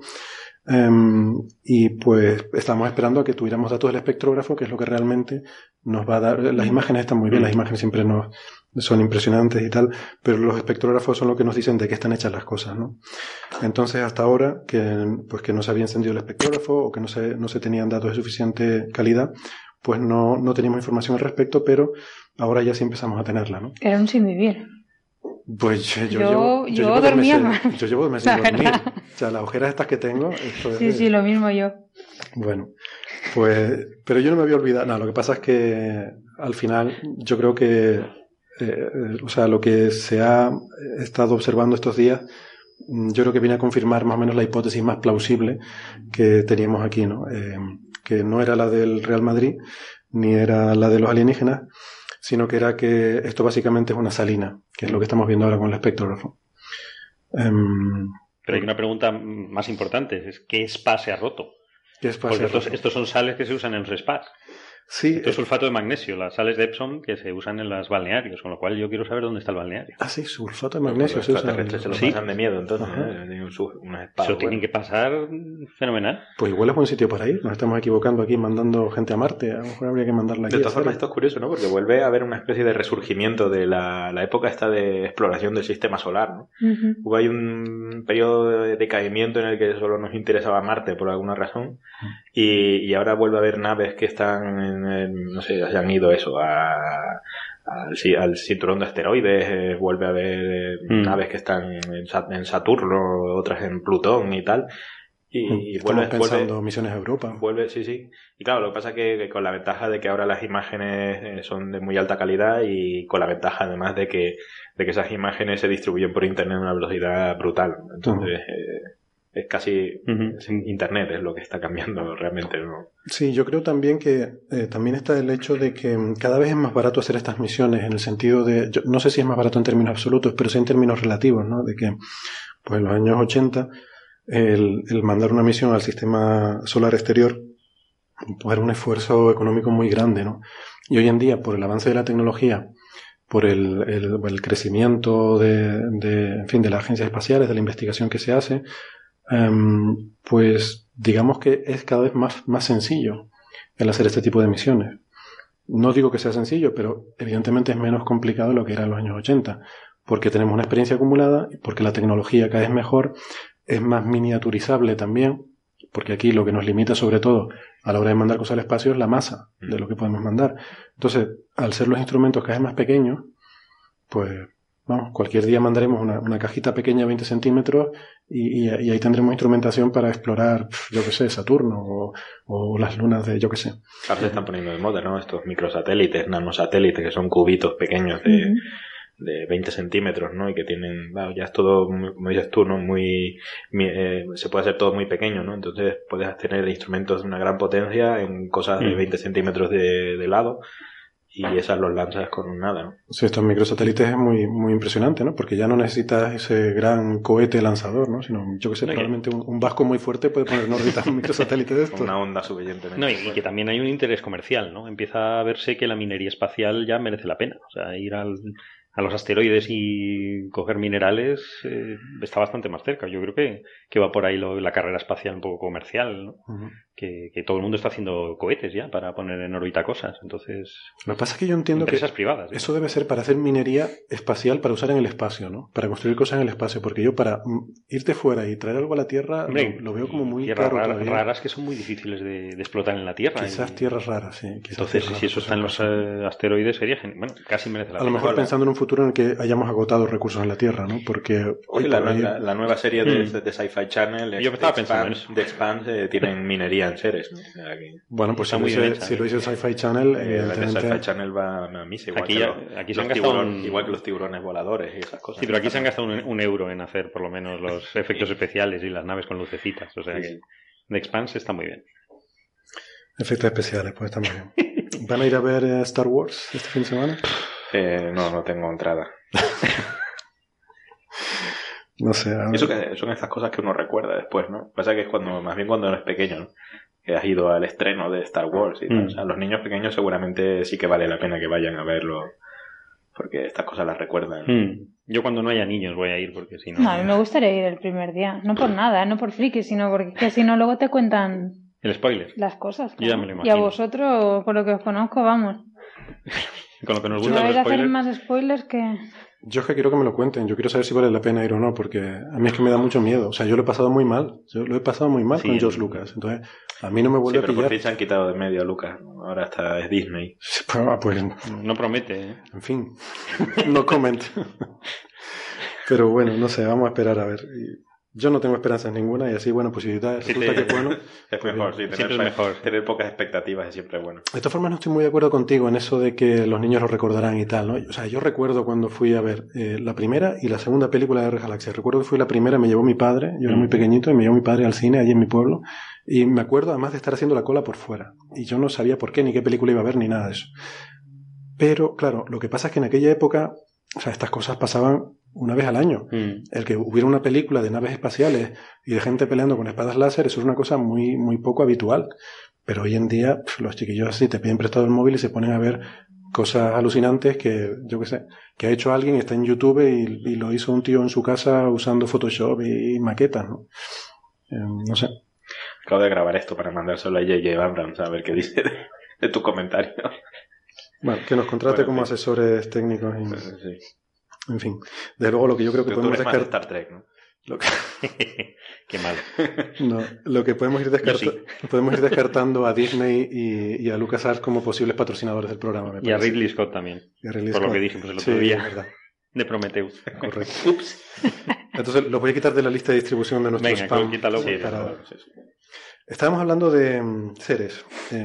y pues estamos esperando a que tuviéramos datos del espectrógrafo, que es lo que realmente nos va a dar. Las imágenes están muy bien, las imágenes siempre son impresionantes y tal, pero los espectrógrafos son lo que nos dicen de qué están hechas las cosas, ¿no? Entonces, hasta ahora, que no se había encendido el espectrógrafo o que no se tenían datos de suficiente calidad, pues no teníamos información al respecto, pero ahora ya sí empezamos a tenerla, ¿no? Era un sin vivir. Pues yo dormía más. Yo llevo meses sin dormir. O sea, las ojeras estas que tengo... Sí, lo mismo yo. Bueno, pues... Pero yo no me había olvidado. No, lo que pasa es que al final yo creo que... lo que se ha estado observando estos días, yo creo que viene a confirmar más o menos la hipótesis más plausible que teníamos aquí, ¿no? Que no era la del Real Madrid, ni era la de los alienígenas, sino que era que esto básicamente es una salina, que es lo que estamos viendo ahora con el espectrógrafo. Pero hay una pregunta más importante, es ¿qué spa se ha roto? ¿Qué spa Porque estos son sales que se usan en los spas. Sí, esto es sulfato de magnesio, las sales de Epsom que se usan en los balnearios, con lo cual yo quiero saber dónde está el balneario. Ah, sí, sulfato de magnesio. Los extraterrestres se lo pasan de miedo, entonces. Eso tienen que pasar fenomenal. Pues igual es buen sitio para ir. Nos estamos equivocando aquí mandando gente a Marte. A lo mejor habría que mandarla aquí. De todas formas, esto es curioso, ¿no? Porque vuelve a haber una especie de resurgimiento de la época esta de exploración del sistema solar, ¿no? Uh-huh. Hubo ahí un periodo de decaimiento en el que solo nos interesaba Marte por alguna razón, y ahora vuelve a haber naves que están no sé, hayan ido eso al cinturón de asteroides, vuelve a haber naves que están en Saturno, otras en Plutón y tal. Y estamos pensando misiones a Europa. Sí. Y claro, lo que pasa es que con la ventaja de que ahora las imágenes son de muy alta calidad, y con la ventaja además de que esas imágenes se distribuyen por internet a una velocidad brutal. Entonces, es casi internet es lo que está cambiando realmente, ¿no? Sí, yo creo también que también está el hecho de que cada vez es más barato hacer estas misiones, en el sentido de, yo no sé si es más barato en términos absolutos, pero sí en términos relativos, ¿no? De que pues en los años 80 el mandar una misión al sistema solar exterior pues era un esfuerzo económico muy grande, ¿no? Y hoy en día, por el avance de la tecnología, por el crecimiento de las agencias espaciales, de la investigación que se hace, pues digamos que es cada vez más sencillo el hacer este tipo de misiones. No digo que sea sencillo, pero evidentemente es menos complicado de lo que era en los años 80, porque tenemos una experiencia acumulada, porque la tecnología cada vez es mejor, es más miniaturizable también, porque aquí lo que nos limita sobre todo a la hora de mandar cosas al espacio es la masa de lo que podemos mandar. Entonces, al ser los instrumentos cada vez más pequeños, pues vamos, cualquier día mandaremos una cajita pequeña de 20 centímetros y ahí tendremos instrumentación para explorar, yo qué sé, Saturno o las lunas de yo qué sé. Ahora se están poniendo de moda, ¿no? Estos microsatélites, nanosatélites, que son cubitos pequeños de 20 centímetros, ¿no? Y que tienen, bueno, ya es todo, como dices tú, ¿no? Se puede hacer todo muy pequeño, ¿no? Entonces puedes tener instrumentos de una gran potencia en cosas de 20 centímetros de lado. Y esas los lanzas con nada, ¿no? Sí, estos microsatélites es muy, muy impresionante, ¿no? Porque ya no necesitas ese gran cohete lanzador, ¿no? Sino, yo que sé, probablemente un vasco muy fuerte puede poner en órbita un microsatélite de estos. Una onda suficientemente. No, y que también hay un interés comercial, ¿no? Empieza a verse que la minería espacial ya merece la pena. O sea, ir a los asteroides y coger minerales está bastante más cerca. Yo creo que va por ahí la carrera espacial un poco comercial, ¿no? Uh-huh. Que todo el mundo está haciendo cohetes ya para poner en órbita cosas. Entonces, lo que pasa es que yo entiendo empresas que privadas, ¿no? Eso debe ser para hacer minería espacial para usar en el espacio, ¿no? Para construir cosas en el espacio. Porque yo para irte fuera y traer algo a la Tierra lo veo como muy tierras caro todavía. raras que son muy difíciles de explotar en la Tierra. Quizás tierras raras, sí. Entonces, si eso está en los asteroides sería genial. Bueno, casi merece la pena. A lo mejor pensando en un futuro en el que hayamos agotado recursos en la Tierra, ¿no? Porque hoy la nueva serie de Sci-Fi Channel, yo estaba pensando en eso. The Expanse, tienen minería en Ceres, ¿no? Bueno, pues si lo hizo Sci-Fi Channel, evidentemente Sci-Fi Channel va a misa, aquí se han gastado igual que los tiburones voladores y esas cosas. Sí, pero aquí se han gastado un euro en hacer por lo menos los efectos especiales y las naves con lucecitas, o sea que The Expanse está muy bien. Efectos especiales, pues está muy bien. ¿Van a ir a ver Star Wars este fin de semana? No tengo entrada. No sé. Eso que son estas cosas que uno recuerda después, ¿no? Pasa que es más bien cuando eres pequeño, ¿no? Que has ido al estreno de Star Wars y tal. O sea, los niños pequeños seguramente sí que vale la pena que vayan a verlo, porque estas cosas las recuerdan. Yo cuando no haya niños voy a ir, porque si no... No, a mí me gustaría ir el primer día. No por nada, no por friki, sino porque que si no luego te cuentan... El spoiler. Las cosas. Yo ya me lo imagino. Y a vosotros, por lo que os conozco, vamos. Con lo que nos gusta los spoilers. Hacer más spoilers que... Yo es que quiero que me lo cuenten. Yo quiero saber si vale la pena ir o no, porque a mí es que me da mucho miedo. O sea, yo lo he pasado muy mal. Con George Lucas. Entonces, a mí no me vuelve a pillar. Pero por fin se han quitado de medio a Lucas. Ahora es Disney. Pues no promete, ¿eh? En fin. No comment. Pero bueno, no sé. Vamos a esperar a ver. Yo no tengo esperanzas ninguna y así, bueno, pues si resulta que es bueno... Es mejor, sí. Siempre es mejor. Tener pocas expectativas es siempre bueno. De todas formas, no estoy muy de acuerdo contigo en eso de que los niños lo recordarán y tal, ¿no? O sea, yo recuerdo cuando fui a ver la primera y la segunda película de Galaxia. Recuerdo que fui la primera, me llevó mi padre, yo era muy pequeñito, y me llevó mi padre al cine allí en mi pueblo. Y me acuerdo además de estar haciendo la cola por fuera. Y yo no sabía por qué, ni qué película iba a ver, ni nada de eso. Pero, claro, lo que pasa es que en aquella época, o sea, estas cosas pasaban una vez al año. El que hubiera una película de naves espaciales y de gente peleando con espadas láser, eso es una cosa muy, muy poco habitual. Pero hoy en día los chiquillos así te piden prestado el móvil y se ponen a ver cosas alucinantes que, yo qué sé, que ha hecho alguien, está en YouTube y lo hizo un tío en su casa usando Photoshop y maquetas, ¿no? No sé. Acabo de grabar esto para mandárselo a J.J. Abrams a ver qué dice de tu comentario. Bueno, que nos contrate como asesores técnicos. Sí. En fin, desde luego lo que yo creo que podemos descartar... Star Trek, ¿no? Qué mal. No, lo que podemos ir descartando a Disney y a LucasArts como posibles patrocinadores del programa. Y a Ridley Scott también. Por lo que dijimos el otro día. Verdad. De Prometheus. Correcto. Ups. Entonces lo voy a quitar de la lista de distribución de nuestro spam. Quítalo. Sí, Estábamos hablando de Ceres.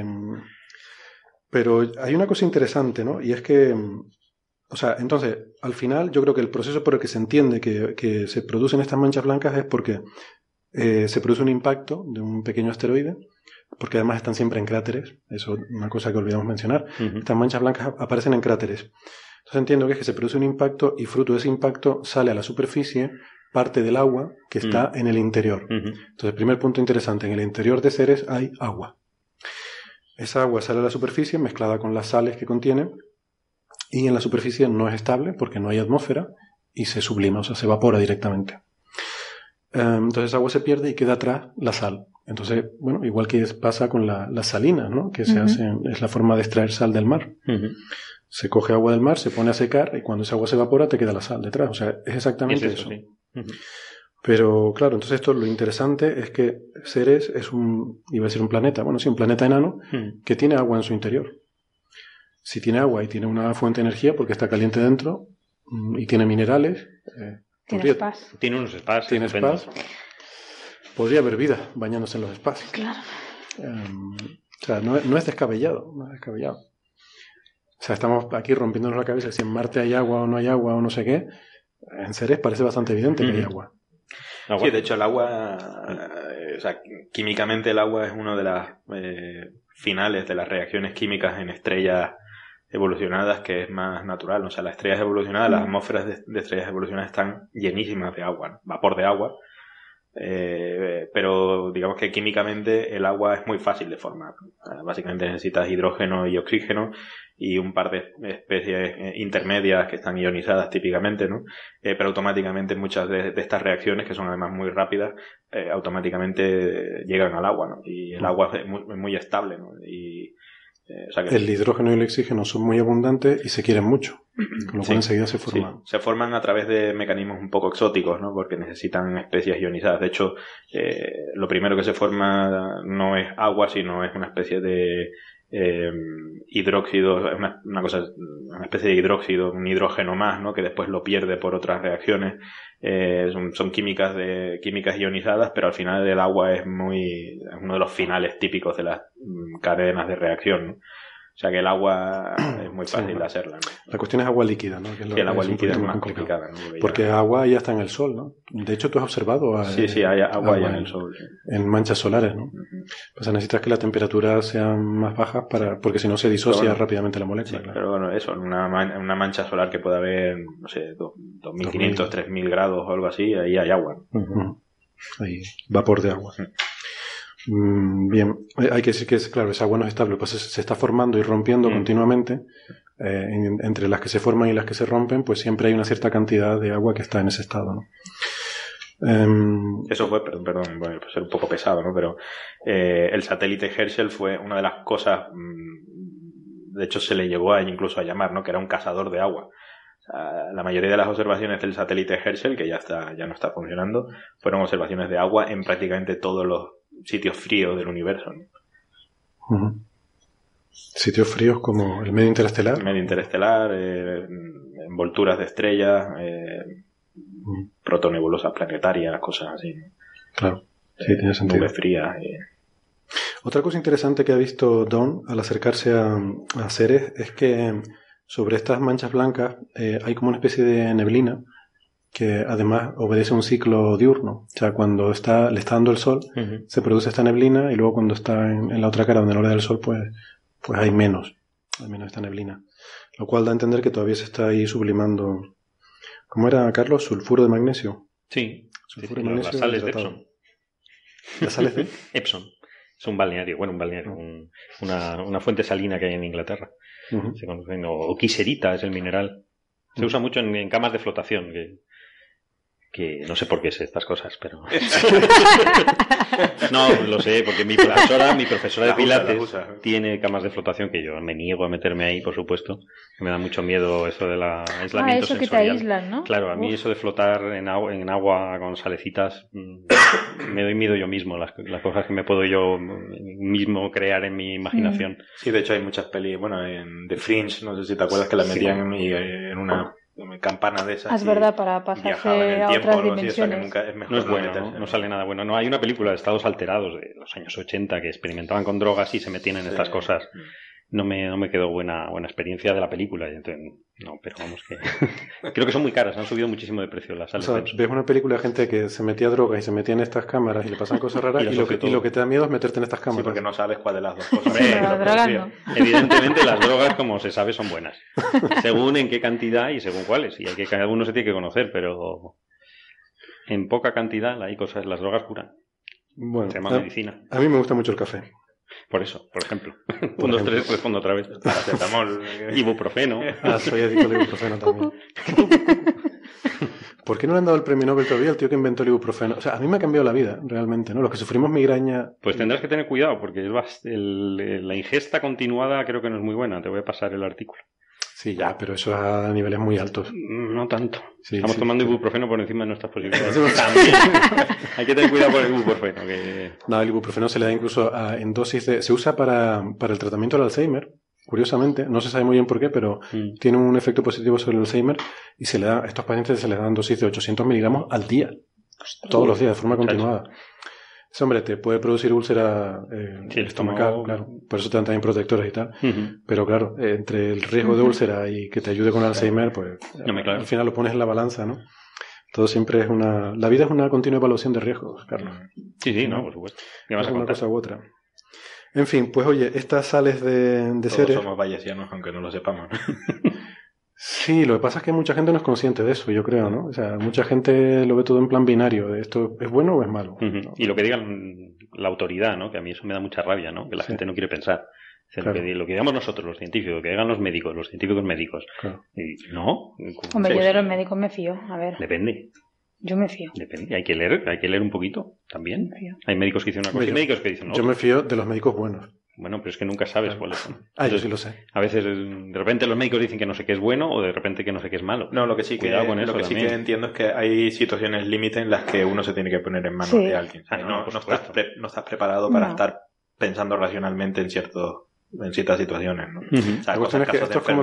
Pero hay una cosa interesante, ¿no? Y es que... O sea, entonces, al final yo creo que el proceso por el que se entiende que se producen estas manchas blancas es porque se produce un impacto de un pequeño asteroide, porque además están siempre en cráteres, eso es una cosa que olvidamos mencionar. Estas manchas blancas aparecen en cráteres. Entonces entiendo que es que se produce un impacto y fruto de ese impacto sale a la superficie parte del agua que está en el interior. Entonces, primer punto interesante, en el interior de Ceres hay agua. Esa agua sale a la superficie mezclada con las sales que contiene. Y en la superficie no es estable porque no hay atmósfera y se sublima, o sea, se evapora directamente. Entonces esa agua se pierde y queda atrás la sal. Entonces, bueno, igual que pasa con las salinas, ¿no? Que se hacen, es la forma de extraer sal del mar. Se coge agua del mar, se pone a secar y cuando esa agua se evapora te queda la sal detrás. O sea, es exactamente eso. Sí. Pero claro, entonces esto lo interesante es que Ceres es un planeta, un planeta enano que tiene agua en su interior. Si tiene agua y tiene una fuente de energía porque está caliente dentro, y tiene minerales. Tiene spas. Tiene unos spas. Tiene spas. Podría haber vida bañándose en los spas. Claro. O sea, no es descabellado. No es descabellado. O sea, estamos aquí rompiéndonos la cabeza si en Marte hay agua o no hay agua o no sé qué. En Ceres parece bastante evidente que hay agua. Sí, de hecho el agua, o sea, químicamente el agua es una de las finales de las reacciones químicas en estrellas evolucionadas que es más natural. O sea, las estrellas evolucionadas, las atmósferas de estrellas evolucionadas están llenísimas de agua, ¿no? Vapor de agua. Pero digamos que químicamente el agua es muy fácil de formar. Básicamente necesitas hidrógeno y oxígeno y un par de especies intermedias que están ionizadas típicamente, ¿no? Pero automáticamente muchas de estas reacciones, que son además muy rápidas, automáticamente llegan al agua, ¿no? Y el agua es muy estable, ¿no? O sea que el hidrógeno y el oxígeno son muy abundantes y se quieren mucho, con lo cual enseguida se forman. Sí, se forman a través de mecanismos un poco exóticos, ¿no? Porque necesitan especies ionizadas. De hecho, lo primero que se forma no es agua, sino es una especie de hidróxido, una especie de hidróxido, un hidrógeno más, ¿no? Que después lo pierde por otras reacciones. Son químicas ionizadas, pero al final el agua es uno de los finales típicos de las cadenas de reacción, ¿no? O sea que el agua es muy fácil de hacerla, ¿no? La cuestión es agua líquida, ¿no? Que es el agua líquida es más complicada, ¿no? Porque agua ya está en el sol, ¿no? De hecho, tú has observado... Sí, hay agua ya en el sol. Sí. En manchas solares, ¿no? O sea, necesitas que la temperatura sea más baja porque si no se disocia rápidamente la molécula. Sí, claro. Pero bueno, eso, una mancha solar que pueda haber, no sé, 2.500, 3.000 grados o algo así, ahí hay agua. Hay vapor de agua. Bien, hay que decir que claro, esa agua no es estable, pues se está formando y rompiendo continuamente. Entre las que se forman y las que se rompen, pues siempre hay una cierta cantidad de agua que está en ese estado, ¿no? Eso fue, perdón, bueno, puede ser un poco pesado, ¿no? Pero el satélite Herschel fue una de las cosas, de hecho se le llegó incluso a llamar, ¿no? Que era un cazador de agua. O sea, la mayoría de las observaciones del satélite Herschel, que ya no está funcionando, fueron observaciones de agua en prácticamente todos los sitios fríos del universo, ¿no? Sitios fríos como el medio interestelar. El medio interestelar, envolturas de estrellas, protonebulosas planetarias, cosas así, ¿no? Claro, sí, tiene sentido. Nubes frías. Otra cosa interesante que ha visto Dawn al acercarse a Ceres es que sobre estas manchas blancas hay como una especie de neblina que además obedece a un ciclo diurno. O sea, cuando le está dando el sol, se produce esta neblina y luego cuando está en la otra cara donde no le da el sol, pues hay menos esta neblina. Lo cual da a entender que todavía se está ahí sublimando. ¿Cómo era, Carlos? ¿Sulfuro de magnesio? Sí, sulfuro de magnesio. Las sales de Epsom. ¿Las sales de? Epsom. Es un balneario, una fuente salina que hay en Inglaterra. Se conoce, o quiserita es el mineral. Se usa mucho en camas de flotación, que no sé por qué sé estas cosas, pero... No, lo sé, porque mi profesora de Pilates tiene camas de flotación que yo me niego a meterme ahí, por supuesto. Me da mucho miedo eso del aislamiento eso sensorial. Que te aíslan, ¿no? Claro, a mí eso de flotar en agua con salecitas, me doy miedo yo mismo, las cosas que me puedo yo mismo crear en mi imaginación. Sí, de hecho hay muchas pelis, bueno, en The Fringe, no sé si te acuerdas que la metían en una campana de esas. Es verdad, para pasarse a otras dimensiones. No es bueno, no sale nada bueno. No, hay una película de Estados Alterados de los años 80 que experimentaban con drogas y se metían en estas cosas. No me quedó buena experiencia de la película. Entonces, no, pero vamos que... Creo que son muy caras, han subido muchísimo de precio las sales. O sea, ves una película de gente que se metía drogas y se metía en estas cámaras y le pasan cosas raras y lo que te da miedo es meterte en estas cámaras. Sí, porque no sabes cuál de las dos cosas. Evidentemente las drogas, como se sabe, son buenas. Según en qué cantidad y según cuáles. Y cada uno se tiene que conocer, pero en poca cantidad las drogas curan. Bueno, se llama medicina. A mí me gusta mucho el café. Por eso, por ejemplo. 1, 2, 3, respondo otra vez. Paracetamol, ibuprofeno. Soy adicto al ibuprofeno también. ¿Por qué no le han dado el premio Nobel todavía al tío que inventó el ibuprofeno? O sea, a mí me ha cambiado la vida, realmente, ¿no? Los que sufrimos migraña... Pues tendrás que tener cuidado, porque la ingesta continuada creo que no es muy buena. Te voy a pasar el artículo. Sí, ya, pero eso a niveles muy altos. No tanto. Sí, Estamos tomando ibuprofeno por encima de nuestras posibilidades. También. Hay que tener cuidado con el ibuprofeno. No, el ibuprofeno se le da incluso en dosis de... Se usa para el tratamiento del Alzheimer. curiosamente, no se sabe muy bien por qué, pero tiene un efecto positivo sobre el Alzheimer y a estos pacientes se les dan dosis de 800 miligramos al día, todos los días, de forma continuada. Ese hombre te puede producir úlcera estomacal, claro, por eso te dan también protectores y tal, pero claro, entre el riesgo de úlcera y que te ayude con el Alzheimer, pues al final lo pones en la balanza, ¿no? Todo siempre es la vida es una continua evaluación de riesgos, Carlos. Sí, no, por supuesto. ¿Qué vas a una contar? cosa u otra. En fin, pues oye, estas sales de Todos seres... somos bayesianos, aunque no lo sepamos. Sí, lo que pasa es que mucha gente no es consciente de eso, yo creo, ¿no? O sea, mucha gente lo ve todo en plan binario, de esto es bueno o es malo. ¿No? Y lo que diga la autoridad, ¿no? Que a mí eso me da mucha rabia, ¿no? Que la gente no quiere pensar. O sea, claro. lo que digamos nosotros, los científicos, lo que digan los científicos médicos. Claro. Y, ¿no? Hombre, Pues, yo de los médicos me fío, a ver. Depende. Yo me fío. Depende. Hay que leer un poquito también. Hay médicos que dicen una cosa y médicos que dicen otra. Yo me fío de los médicos buenos. Bueno, pero es que nunca sabes cuáles son. Yo sí lo sé. A veces, de repente los médicos dicen que no sé qué es bueno o de repente que no sé qué es malo. No, lo que sí que entiendo es que hay situaciones límite en las que uno se tiene que poner en manos de alguien. O sea, no estás preparado para estar pensando racionalmente en ciertas situaciones, ¿no? O sea, la cuestión es que esto es como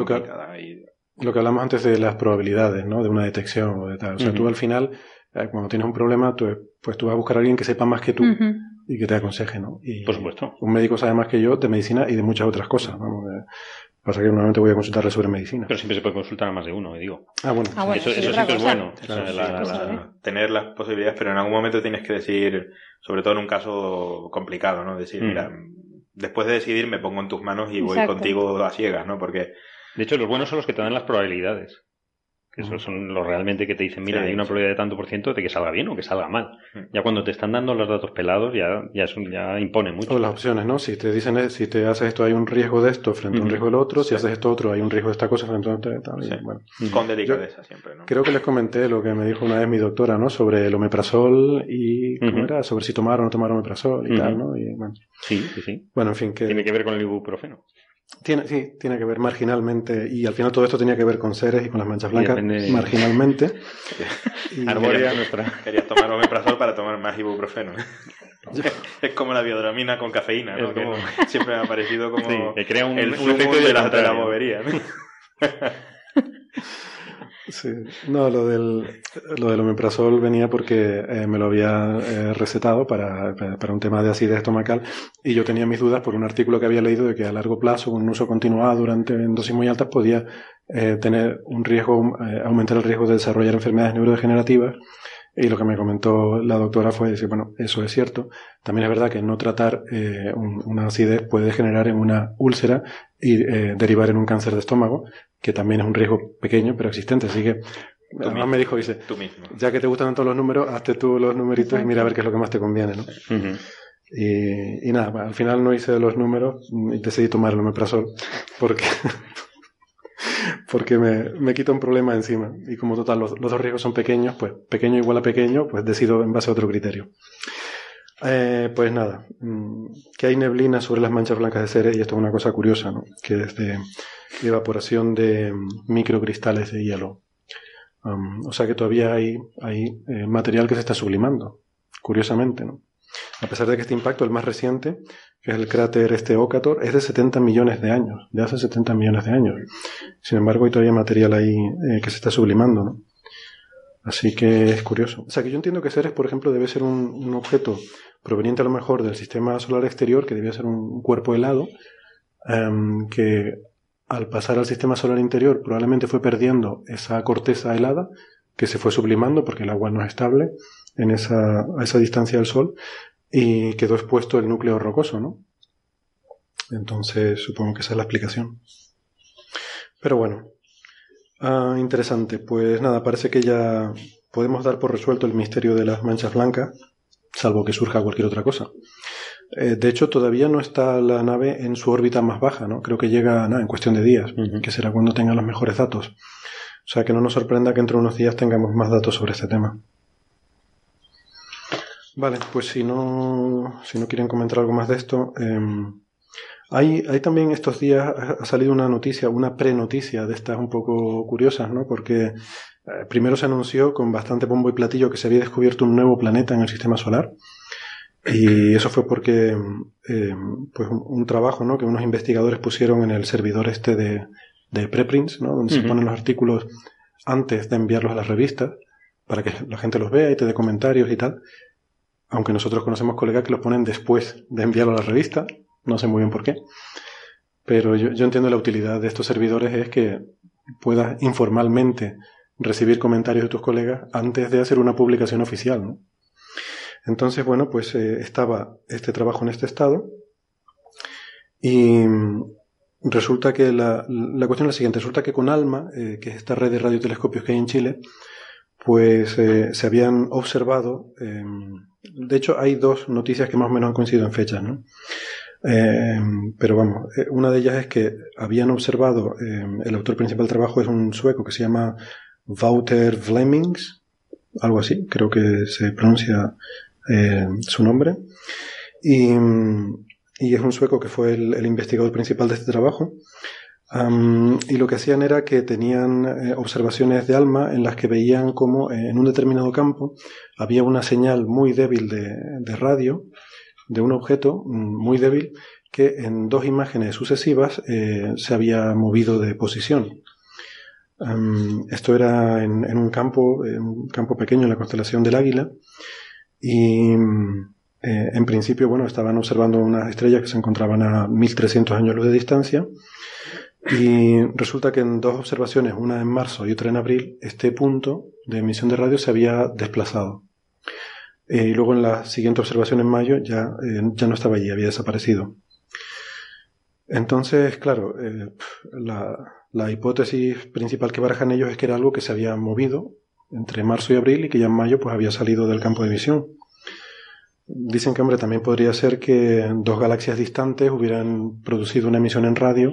lo que hablamos antes de las probabilidades, ¿no? De una detección o de tal. O sea, tú al final, cuando tienes un problema, tú vas a buscar a alguien que sepa más que tú y que te aconseje, ¿no? Y por supuesto. Un médico sabe más que yo de medicina y de muchas otras cosas. Vamos, pasa que normalmente voy a consultarle sobre medicina. Pero siempre se puede consultar a más de uno, digo. Bueno. Eso siempre es bueno. Claro, tener las posibilidades, pero en algún momento tienes que decir, sobre todo en un caso complicado, ¿no? Decir, mira, después de decidir me pongo en tus manos y voy contigo a ciegas, ¿no? Porque... De hecho, los buenos son los que te dan las probabilidades. Que esos son los realmente que te dicen, mira, hay una probabilidad de tanto por ciento de que salga bien o que salga mal. Ya cuando te están dando los datos pelados, ya impone mucho. O las opciones, ¿no? Si te dicen, si te haces esto hay un riesgo de esto frente a un riesgo del otro, si haces esto otro hay un riesgo de esta cosa frente a otra. Bueno. Con delicadeza siempre, ¿no? Creo que les comenté lo que me dijo una vez mi doctora, ¿no? Sobre el omeprazol y ¿cómo era? Sobre si tomar o no tomar omeprazol y tal, ¿no? Y, bueno. Sí. Bueno, en fin, que... Tiene que ver con el ibuprofeno. Tiene que ver marginalmente, y al final todo esto tenía que ver con seres y con las manchas blancas marginalmente. Arborea querías tomar omeprazol para tomar más ibuprofeno. Es como la biodramina con cafeína, ¿no? Como siempre me ha parecido como que crea un efecto de la bobería, ¿no? Sí, no, lo del omeprazol venía porque me lo había recetado para un tema de acidez estomacal y yo tenía mis dudas por un artículo que había leído de que a largo plazo, con un uso continuado en dosis muy altas, podía tener un riesgo, aumentar el riesgo de desarrollar enfermedades neurodegenerativas. Y lo que me comentó la doctora fue decir, bueno, eso es cierto. También es verdad que no tratar una acidez puede degenerar en una úlcera y derivar en un cáncer de estómago, que también es un riesgo pequeño, pero existente. Así que, además me dijo, dice, tú mismo, ya que te gustan tanto los números, hazte tú los numeritos y mira a ver qué es lo que más te conviene, ¿no? Y nada, al final no hice los números y decidí tomar el omeprazol porque me quita un problema encima. Y como total, los dos riesgos son pequeños, pues pequeño igual a pequeño, pues decido en base a otro criterio. Pues nada, que hay neblina sobre las manchas blancas de Ceres, y esto es una cosa curiosa, ¿no? Que es de evaporación de microcristales de hielo. O sea que todavía hay material que se está sublimando, curiosamente, ¿no? A pesar de que este impacto, el más reciente, que es el cráter Ocator, es de 70 millones de años, de hace 70 millones de años. Sin embargo, hay todavía material ahí que se está sublimando, ¿no? Así que es curioso. O sea, que yo entiendo que Ceres, por ejemplo, debe ser un objeto proveniente a lo mejor del sistema solar exterior, que debía ser un cuerpo helado, que al pasar al sistema solar interior probablemente fue perdiendo esa corteza helada, que se fue sublimando porque el agua no es estable a esa distancia del Sol, y quedó expuesto el núcleo rocoso, ¿no? Entonces supongo que esa es la explicación. Pero bueno, interesante. Pues nada, parece que ya podemos dar por resuelto el misterio de las manchas blancas, salvo que surja cualquier otra cosa. De hecho, todavía no está la nave en su órbita más baja, ¿no? Creo que llega en cuestión de días, que será cuando tenga los mejores datos. O sea, que no nos sorprenda que entre unos días tengamos más datos sobre este tema. Vale, pues si no quieren comentar algo más de esto, hay también estos días ha salido una noticia, una prenoticia de estas un poco curiosas, ¿no? Porque primero se anunció con bastante bombo y platillo que se había descubierto un nuevo planeta en el sistema solar, Y eso fue porque pues un trabajo, ¿no?, que unos investigadores pusieron en el servidor este de preprints, ¿no?, donde se ponen los artículos antes de enviarlos a las revistas para que la gente los vea y te dé comentarios y tal. Aunque nosotros conocemos colegas que los ponen después de enviarlo a la revista, no sé muy bien por qué. Pero yo entiendo la utilidad de estos servidores es que puedas informalmente recibir comentarios de tus colegas antes de hacer una publicación oficial, ¿no? Entonces, bueno, pues estaba este trabajo en este estado y resulta que la cuestión es la siguiente. Resulta que con ALMA, que es esta red de radiotelescopios que hay en Chile, pues se habían observado, de hecho hay dos noticias que más o menos han coincidido en fechas, ¿no? Pero vamos, una de ellas es que habían observado, el autor principal del trabajo es un sueco que se llama Wouter Vlemings, algo así, creo que se pronuncia su nombre, y es un sueco que fue el investigador principal de este trabajo. Y lo que hacían era que tenían observaciones de ALMA en las que veían como en un determinado campo había una señal muy débil de radio de un objeto muy débil que en dos imágenes sucesivas se había movido de posición. Esto era en un campo pequeño en la constelación del Águila y en principio, bueno, estaban observando unas estrellas que se encontraban a 1300 años luz de distancia. Y resulta que en dos observaciones, una en marzo y otra en abril, este punto de emisión de radio se había desplazado. Y luego en la siguiente observación en mayo ya no estaba allí, había desaparecido. Entonces, claro, la hipótesis principal que barajan ellos es que era algo que se había movido entre marzo y abril y que ya en mayo pues había salido del campo de visión. Dicen que, hombre, también podría ser que dos galaxias distantes hubieran producido una emisión en radio,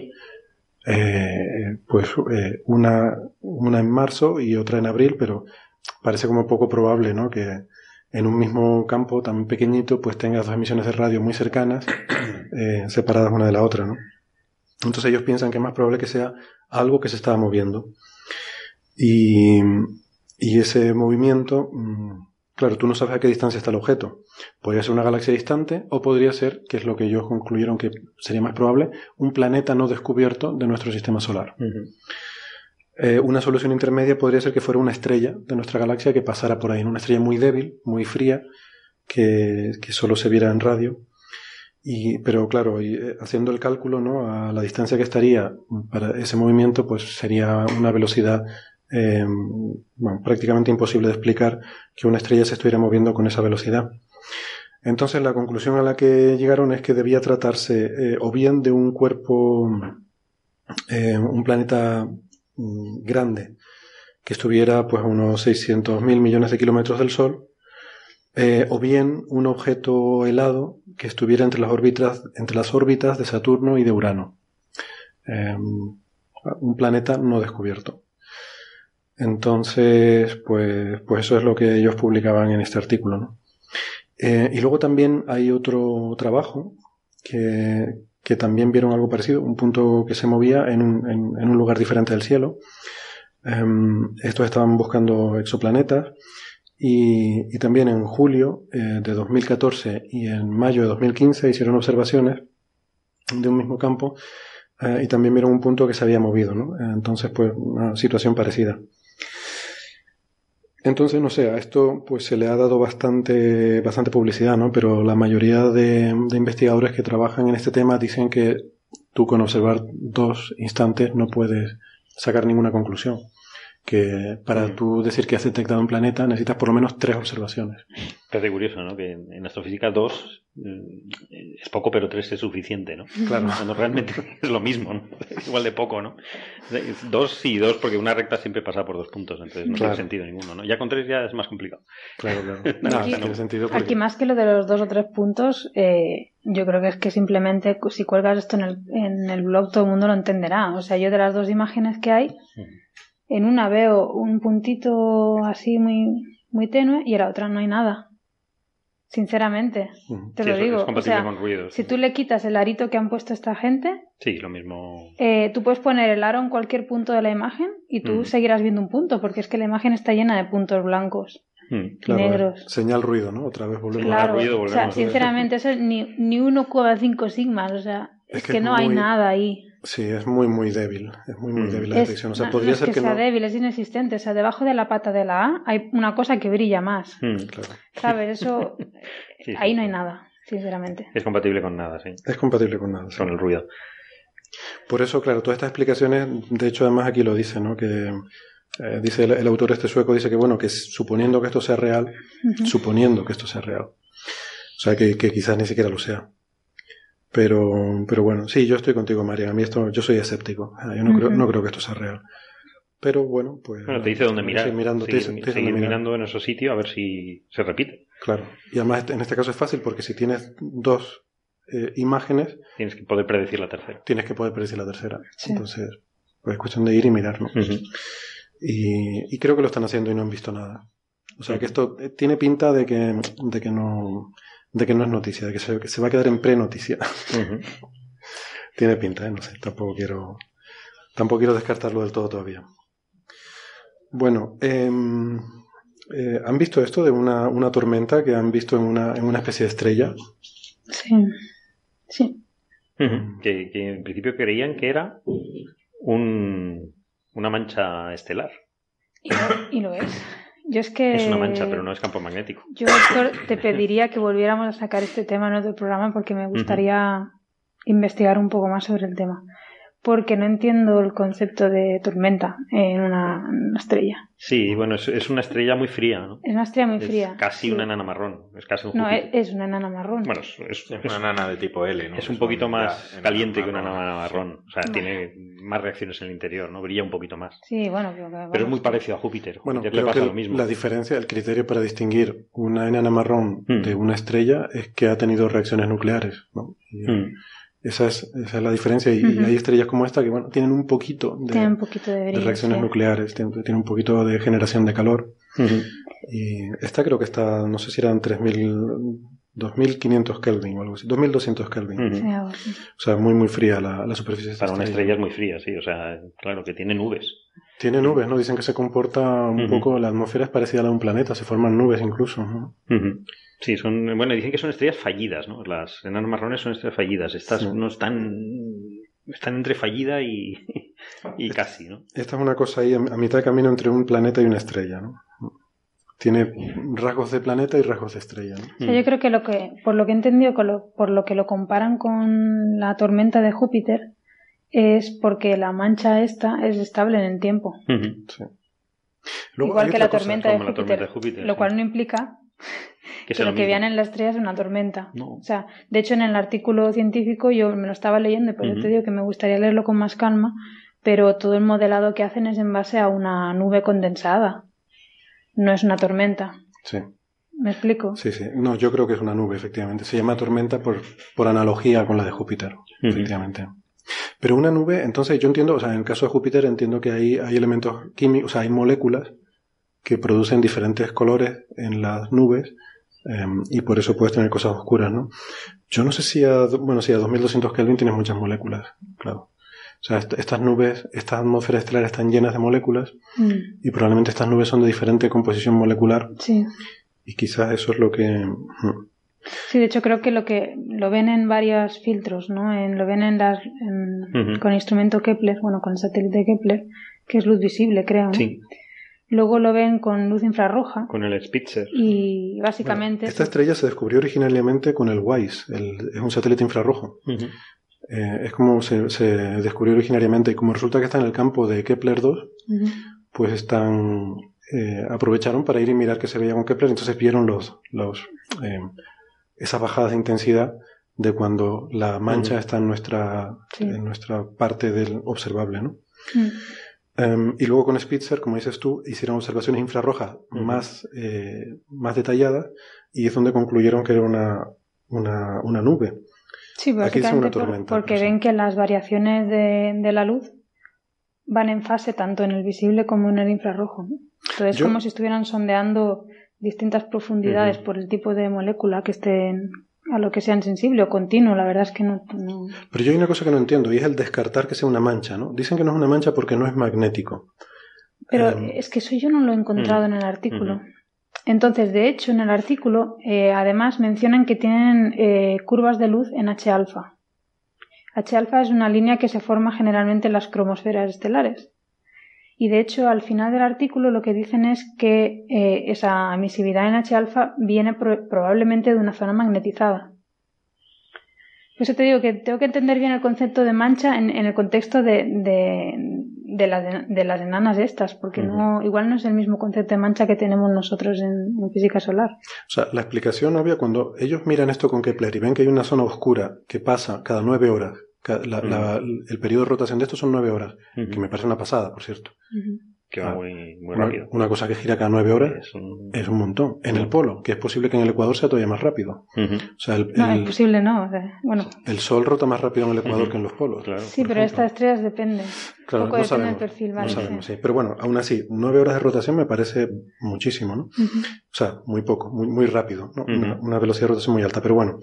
una en marzo y otra en abril, pero parece como poco probable, ¿no?, que en un mismo campo tan pequeñito pues tengas dos emisiones de radio muy cercanas, separadas una de la otra, ¿no? Entonces ellos piensan que es más probable que sea algo que se estaba moviendo. Y ese movimiento, claro, tú no sabes a qué distancia está el objeto. Podría ser una galaxia distante o podría ser, que es lo que ellos concluyeron que sería más probable, un planeta no descubierto de nuestro sistema solar. Una solución intermedia podría ser que fuera una estrella de nuestra galaxia que pasara por ahí, una estrella muy débil, muy fría, que solo se viera en radio. Pero claro, haciendo el cálculo, ¿no?, a la distancia que estaría para ese movimiento, pues sería una velocidad prácticamente imposible de explicar que una estrella se estuviera moviendo con esa velocidad. Entonces la conclusión a la que llegaron es que debía tratarse o bien de un cuerpo, un planeta grande que estuviera pues a unos 600.000 millones de kilómetros del Sol, o bien un objeto helado que estuviera entre las órbitas de Saturno y de Urano, un planeta no descubierto. Entonces, pues eso es lo que ellos publicaban en este artículo, ¿no? Y luego también hay otro trabajo que también vieron algo parecido, un punto que se movía en un lugar diferente del cielo. Estos estaban buscando exoplanetas y también en julio de 2014 y en mayo de 2015 hicieron observaciones de un mismo campo y también vieron un punto que se había movido, ¿no? Entonces, pues una situación parecida. Entonces, no sé, a esto pues se le ha dado bastante publicidad, ¿no? Pero la mayoría de investigadores que trabajan en este tema dicen que tú con observar 2 instantes no puedes sacar ninguna conclusión. Que para tú decir que has detectado un planeta necesitas por lo menos 3 observaciones. Parece curioso, ¿no? Que en astrofísica 2 es poco, pero 3 es suficiente, ¿no? Claro. Cuando realmente es lo mismo, ¿no? Es igual de poco, ¿no? 2 sí, 2 porque una recta siempre pasa por 2 puntos, entonces no tiene sentido ninguno, ¿no? Ya con 3 ya es más complicado. Claro. Aquí, no tiene sentido porque... Aquí más que lo de los 2 o 3 puntos, yo creo que es que simplemente si cuelgas esto en el blog todo el mundo lo entenderá. O sea, yo de las 2 imágenes que hay... En una veo un puntito así muy, muy tenue y en la otra no hay nada. Sinceramente, te lo digo. Es compatible con ruidos. Si tú le quitas el arito que han puesto esta gente, sí, lo mismo. Tú puedes poner el aro en cualquier punto de la imagen y tú seguirás viendo un punto, porque es que la imagen está llena de puntos blancos. Claro, negros. Señal ruido, ¿no? Otra vez volvemos Claro, a ruido. o sea, sinceramente, eso es ni 1,5 sigmas, o sea, es que no hay nada ahí. Sí, es muy, muy débil. Es muy, muy débil la detección. O sea, podría no es ser que sea débil, es inexistente. O sea, debajo de la pata de la A hay una cosa que brilla más. Claro. ¿Sabes? Eso... Sí. Ahí no hay nada, sinceramente. Es compatible con nada, sí. Es compatible con nada. Sí. Con el ruido. Por eso, claro, todas estas explicaciones, de hecho, además aquí lo dice, ¿no? Que dice el autor sueco, dice que, bueno, que suponiendo que esto sea real, o sea, que quizás ni siquiera lo sea. Pero bueno, sí, yo estoy contigo, María. A mí yo soy escéptico. Yo no creo que esto sea real. Pero bueno, pues... Bueno, te dice dónde mirar. Seguir mirando en ese sitio a ver si se repite. Claro. Y además en este caso es fácil porque si tienes 2 imágenes... Tienes que poder predecir la tercera. Sí. Entonces, pues es cuestión de ir y mirar, ¿no? Y creo que lo están haciendo y no han visto nada. O sea, que esto tiene pinta de que no es noticia, de que se va a quedar en pre-noticia. Tiene pinta, no sé, tampoco quiero descartarlo del todo todavía. Bueno, ¿han visto esto de una tormenta que han visto en una especie de estrella? Sí. Que en principio creían que era una mancha estelar. Y lo es. Yo es que... Es una mancha, pero no es campo magnético. Yo, Héctor, te pediría que volviéramos a sacar este tema en otro programa porque me gustaría investigar un poco más sobre el tema. Porque no entiendo el concepto de tormenta en una estrella. Sí, bueno, es una estrella muy fría, ¿no? Es una estrella muy fría. Es casi una enana marrón. Es casi un Júpiter. No, es una enana marrón. Bueno, es una enana de tipo L, ¿no? Es un poquito más caliente que una enana marrón. O sea, tiene más reacciones en el interior, ¿no? Brilla un poquito más. Sí, bueno. Pero es muy parecido a Júpiter. Bueno, Júpiter le pasa lo mismo. La diferencia, el criterio para distinguir una enana marrón de una estrella es que ha tenido reacciones nucleares, ¿no? Esa es la diferencia y hay estrellas como esta que bueno tienen un poquito de reacciones nucleares, tienen un poquito de generación de calor y esta creo que está, no sé si eran 2500 Kelvin o algo así, 2200 Kelvin. Sí, algo así. O sea, muy muy fría la superficie de esta Para una estrella es muy fría, sí, o sea, claro que tiene nubes. Tiene nubes, ¿no? Dicen que se comporta un poco, la atmósfera es parecida a la de un planeta, se forman nubes incluso, ¿no? Sí, dicen que son estrellas fallidas, ¿no? Las enanas marrones son estrellas fallidas. Estas no están entre fallida y casi, ¿no? Esta es una cosa ahí a mitad de camino entre un planeta y una estrella, ¿no? Tiene rasgos de planeta y rasgos de estrella, ¿no? O sea, yo creo que por lo que he entendido, por lo que lo comparan con la tormenta de Júpiter, es porque la mancha esta es estable en el tiempo. Sí. Luego, igual que la tormenta de Júpiter, lo cual no implica que lo que vean en la estrella es una tormenta. No. O sea, de hecho en el artículo científico yo me lo estaba leyendo y por eso te digo que me gustaría leerlo con más calma, pero todo el modelado que hacen es en base a una nube condensada. No es una tormenta. Sí. ¿Me explico? Sí. No, yo creo que es una nube, efectivamente. Se llama tormenta por analogía con la de Júpiter, efectivamente. Pero una nube, entonces yo entiendo, o sea, en el caso de Júpiter entiendo que hay elementos químicos, o sea, hay moléculas que producen diferentes colores en las nubes y por eso puedes tener cosas oscuras, ¿no? Yo no sé si a 2200 Kelvin tienes muchas moléculas, claro. O sea, estas nubes, esta atmósfera estelar están llenas de moléculas y probablemente estas nubes son de diferente composición molecular. Sí. Y quizás eso es lo que... Sí, de hecho creo que lo ven en varios filtros, ¿no? Lo ven con el instrumento Kepler, bueno, con el satélite Kepler, que es luz visible, creo, ¿no? Sí. Luego lo ven con luz infrarroja. Con el Spitzer. Y básicamente... Bueno, esta estrella se descubrió originalmente con el WISE, es un satélite infrarrojo. Es como se descubrió originariamente y como resulta que está en el campo de Kepler 2, pues aprovecharon para ir y mirar qué se veía con Kepler, entonces vieron esas bajadas de intensidad de cuando la mancha está en nuestra parte del observable, ¿no? Y luego con Spitzer, como dices tú, hicieron observaciones infrarrojas más detalladas y es donde concluyeron que era una nube. Sí, básicamente porque ven que las variaciones de la luz van en fase tanto en el visible como en el infrarrojo, ¿no? Entonces es como si estuvieran sondeando distintas profundidades por el tipo de molécula que estén a lo que sean sensible o continuo. La verdad es que no... Pero yo hay una cosa que no entiendo y es el descartar que sea una mancha, ¿no? Dicen que no es una mancha porque no es magnético. Pero es que eso yo no lo he encontrado en el artículo. Entonces, de hecho, en el artículo, además mencionan que tienen curvas de luz en H-alfa. H-alfa es una línea que se forma generalmente en las cromosferas estelares. Y de hecho, al final del artículo lo que dicen es que esa emisividad en H-alfa viene probablemente de una zona magnetizada. Por eso te digo que tengo que entender bien el concepto de mancha en el contexto de las enanas estas, porque igual no es el mismo concepto de mancha que tenemos nosotros en física solar. O sea, la explicación obvia, cuando ellos miran esto con Kepler y ven que hay una zona oscura que pasa cada 9 horas, el periodo de rotación de esto son 9 horas, que me parece una pasada, por cierto. Que va muy rápido. Una cosa que gira cada 9 horas es un montón. En el polo, que es posible que en el Ecuador sea todavía más rápido. O sea, no, es posible no. Bueno. El Sol rota más rápido en el Ecuador que en los polos. Claro, sí, pero estas estrellas depende. Claro, poco depende del perfil. Vale, no sabemos, sí. Pero bueno, aún así, 9 horas de rotación me parece muchísimo, ¿no? O sea, muy poco, muy rápido, ¿no? Una velocidad de rotación muy alta, pero bueno.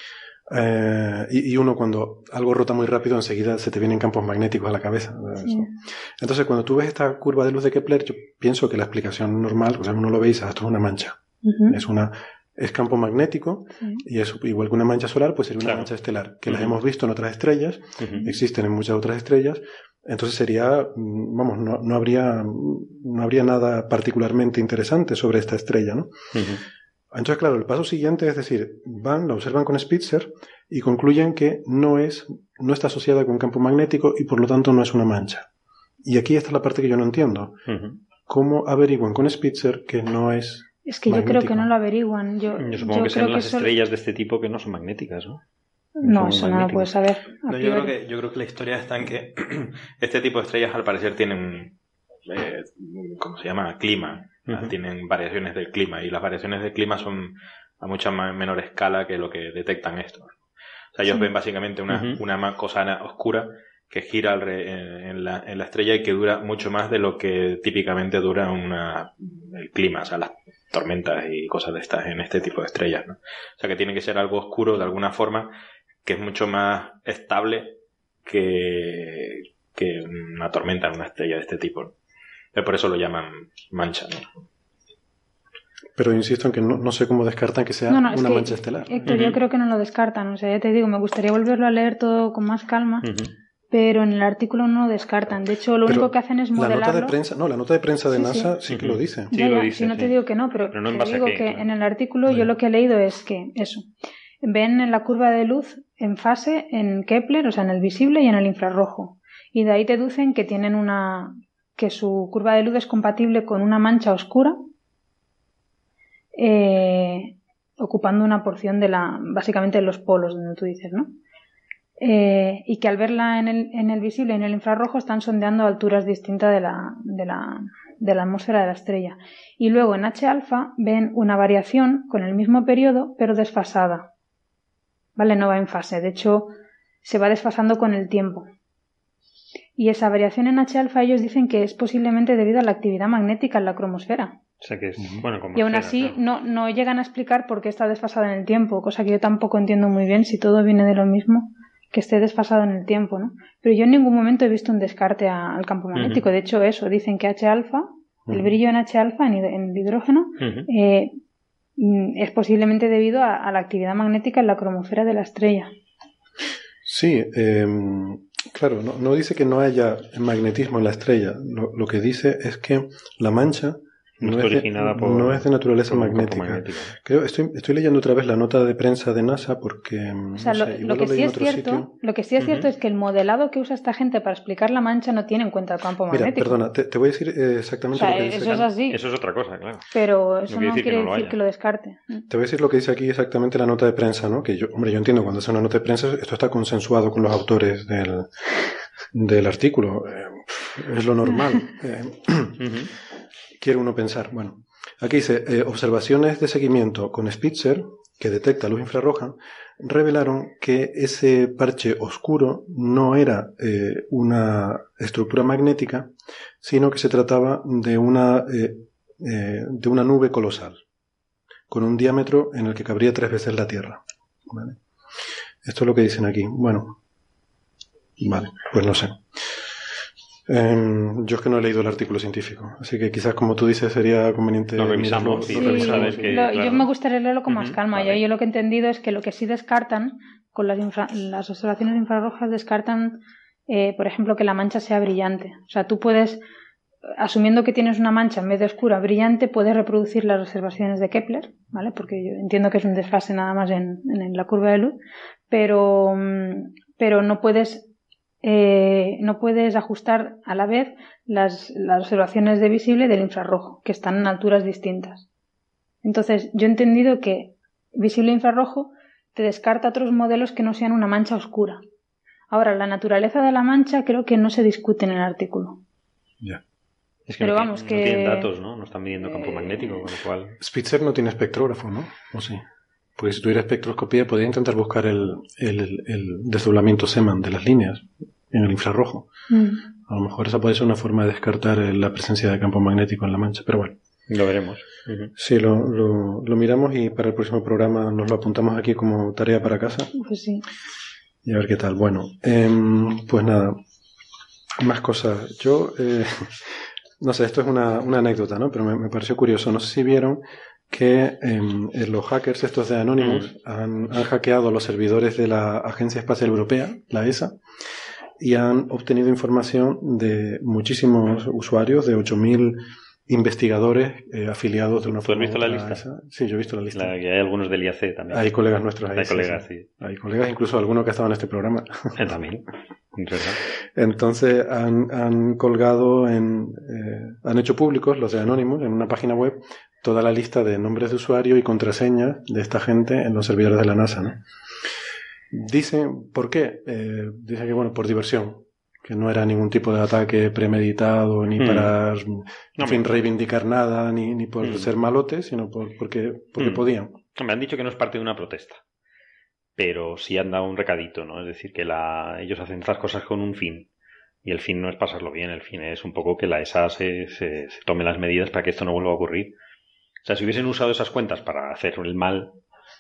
Y uno cuando algo rota muy rápido enseguida se te vienen campos magnéticos a la cabeza. Sí. Entonces cuando tú ves esta curva de luz de Kepler, yo pienso que la explicación normal, o sea, uno lo ve y dice, esto es una mancha. Es campo magnético y es igual que una mancha solar, pues sería una mancha estelar, que las hemos visto en otras estrellas, existen en muchas otras estrellas. Entonces sería, vamos, no habría nada particularmente interesante sobre esta estrella, ¿no? Entonces, claro, el paso siguiente es decir, la observan con Spitzer y concluyen que no está asociada con un campo magnético y por lo tanto no es una mancha. Y aquí está la parte que yo no entiendo. ¿Cómo averiguan con Spitzer que no es Es que magnético? Yo creo que no lo averiguan. Yo supongo que sean las estrellas de este tipo que no son magnéticas, ¿no? No, eso no lo puedes saber. No, yo creo que la historia está en que este tipo de estrellas al parecer tienen ¿cómo se llama? Clima. Tienen variaciones del clima y las variaciones del clima son a mucha menor escala que lo que detectan esto. O sea, ellos ven básicamente una cosa oscura que gira en la estrella y que dura mucho más de lo que típicamente dura el clima, o sea, las tormentas y cosas de estas en este tipo de estrellas, ¿no? O sea, que tiene que ser algo oscuro de alguna forma que es mucho más estable que una tormenta en una estrella de este tipo, ¿no? Por eso lo llaman mancha, ¿no? Pero insisto en que no sé cómo descartan que sea una mancha estelar. Héctor, yo creo que no lo descartan. O sea, ya te digo, me gustaría volverlo a leer todo con más calma, pero en el artículo no lo descartan. De hecho, lo único que hacen es modelarlo. La nota de prensa de NASA sí que lo dice. Sí, lo dice. Si no te digo que no, pero no te digo que en el artículo yo lo que he leído es que eso. Ven en la curva de luz en fase en Kepler, o sea, en el visible y en el infrarrojo. Y de ahí deducen que tienen que su curva de luz es compatible con una mancha oscura, ocupando una porción básicamente de los polos donde tú dices, ¿no? Y que al verla en el visible y en el infrarrojo están sondeando a alturas distintas de la atmósfera de la estrella. Y luego en H-alfa ven una variación con el mismo periodo pero desfasada. ¿Vale? No va en fase, de hecho se va desfasando con el tiempo. Y esa variación en H-alfa ellos dicen que es posiblemente debido a la actividad magnética en la cromosfera. O sea que es, como y aún así claro. no llegan a explicar por qué está desfasada en el tiempo, cosa que yo tampoco entiendo muy bien si todo viene de lo mismo, que esté desfasado en el tiempo, ¿no? Pero yo en ningún momento he visto un descarte al campo magnético. De hecho, eso, dicen que H-alfa, el brillo en H-alfa, en el hidrógeno, es posiblemente debido a la actividad magnética en la cromosfera de la estrella. Sí, claro, no dice que no haya magnetismo en la estrella. Lo que dice es que la mancha no es de naturaleza magnética. Creo, estoy leyendo otra vez la nota de prensa de NASA porque o sea, lo que sí es cierto es que el modelado que usa esta gente para explicar la mancha no tiene en cuenta el campo magnético. Perdona, te voy a decir exactamente lo que dice. Eso es así. Eso es otra cosa, claro. Pero eso no quiere decir que lo descarte. Te voy a decir lo que dice aquí exactamente la nota de prensa, ¿no? Que yo entiendo cuando hace una nota de prensa esto está consensuado con los autores del artículo. Es lo normal. Quiere uno pensar. Bueno, aquí dice, observaciones de seguimiento con Spitzer, que detecta luz infrarroja, revelaron que ese parche oscuro no era una estructura magnética, sino que se trataba de una nube colosal, con un diámetro en el que cabría 3 veces la Tierra. ¿Vale? Esto es lo que dicen aquí. Bueno, vale, pues no sé. Yo es que no he leído el artículo científico, así que quizás, como tú dices, sería conveniente revisarlo. Yo me gustaría leerlo con más calma. Vale. Yo lo que he entendido es que lo que sí descartan, con las observaciones infrarrojas, descartan, por ejemplo, que la mancha sea brillante. O sea, tú puedes, asumiendo que tienes una mancha en vez de oscura brillante, puedes reproducir las observaciones de Kepler, ¿vale? Porque yo entiendo que es un desfase nada más en la curva de luz, pero no puedes ajustar a la vez las observaciones de visible y del infrarrojo, que están en alturas distintas. Entonces, yo he entendido que visible e infrarrojo te descarta otros modelos que no sean una mancha oscura. Ahora, la naturaleza de la mancha creo que no se discute en el artículo. Ya. Es que Pero no, vamos, no que... tienen datos, ¿no? No están midiendo campo magnético, con lo cual... Spitzer no tiene espectrógrafo, ¿no? ¿O sí? Pues si tuviera espectroscopía podría intentar buscar el desdoblamiento Zeeman de las líneas en el infrarrojo. A lo mejor esa puede ser una forma de descartar la presencia de campo magnético en la mancha, pero bueno. Lo veremos. Sí, lo miramos y para el próximo programa nos lo apuntamos aquí como tarea para casa. Pues sí. Y a ver qué tal. Bueno, pues nada, más cosas. Yo, no sé, esto es una anécdota, ¿no? Pero me pareció curioso. No sé si vieron que los hackers estos de Anonymous han hackeado los servidores de la Agencia Espacial Europea, la ESA, y han obtenido información de muchísimos usuarios, de 8.000 investigadores afiliados de una forma. ¿Tú has visto la lista? ESA. Sí, yo he visto la lista. Y hay algunos del IAC también. Hay colegas nuestros ahí. Hay colegas, sí. Hay colegas, incluso algunos que estaban en este programa. También. ¿Verdad? Entonces han colgado han hecho públicos, los de Anonymous, en una página web, toda la lista de nombres de usuario y contraseñas de esta gente en los servidores de la NASA, ¿no? Dicen, ¿por qué? Dicen que, bueno, por diversión, que no era ningún tipo de ataque premeditado, ni para, en fin, reivindicar nada, ni por ser malotes, sino porque podían. Me han dicho que no es parte de una protesta, pero sí han dado un recadito, ¿no? Es decir, que ellos hacen estas cosas con un fin, y el fin no es pasarlo bien, el fin es un poco que la ESA se tome las medidas para que esto no vuelva a ocurrir. O sea, si hubiesen usado esas cuentas para hacer el mal,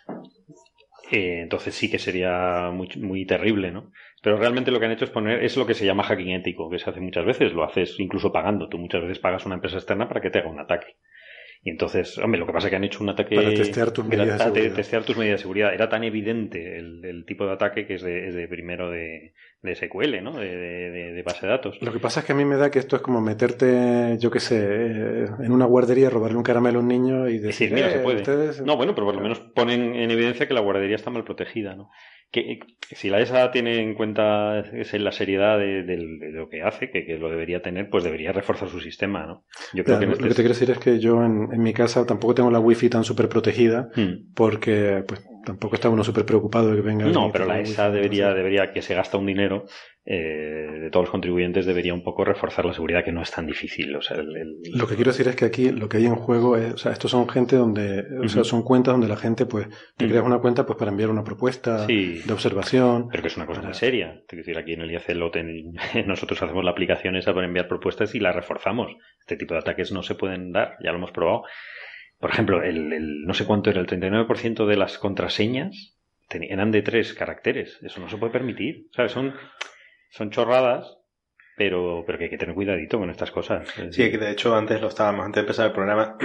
entonces sí que sería muy, muy terrible, ¿no? Pero realmente lo que han hecho es lo que se llama hacking ético, que se hace muchas veces, lo haces incluso pagando. Tú muchas veces pagas a una empresa externa para que te haga un ataque. Y entonces, hombre, lo que pasa es que han hecho un ataque para testear tus medidas de seguridad. Testear tus medidas de seguridad. Era tan evidente el tipo de ataque que es de primero de SQL, ¿no? De base de datos. Lo que pasa es que a mí me da que esto es como meterte, yo qué sé, en una guardería, robarle un caramelo a un niño y decir, mira, se puede. Ustedes... No, bueno, pero por lo menos ponen en evidencia que la guardería está mal protegida, ¿no? Que si la ESA tiene en cuenta la seriedad de lo que hace, que lo debería tener, pues debería reforzar su sistema, ¿no? Yo creo que lo que te quiero decir es que yo en mi casa tampoco tengo la wifi tan súper protegida, porque pues tampoco está uno súper preocupado de que venga. No, pero la ESA debería, que se gasta un dinero de todos los contribuyentes, debería un poco reforzar la seguridad, que no es tan difícil. O sea, Lo que quiero decir es que aquí lo que hay en juego es, o sea, estos son gente donde, o sea, son cuentas donde la gente, pues, te creas una cuenta pues para enviar una propuesta de observación. Pero que es una cosa muy seria. Es decir, aquí en el IAC nosotros hacemos la aplicación esa para enviar propuestas y la reforzamos. Este tipo de ataques no se pueden dar, ya lo hemos probado. Por ejemplo, no sé cuánto era, el 39% de las contraseñas eran de 3 caracteres. Eso no se puede permitir. ¿Sabes? Son chorradas, pero que hay que tener cuidadito con estas cosas. Sí, que de hecho antes de empezar el programa,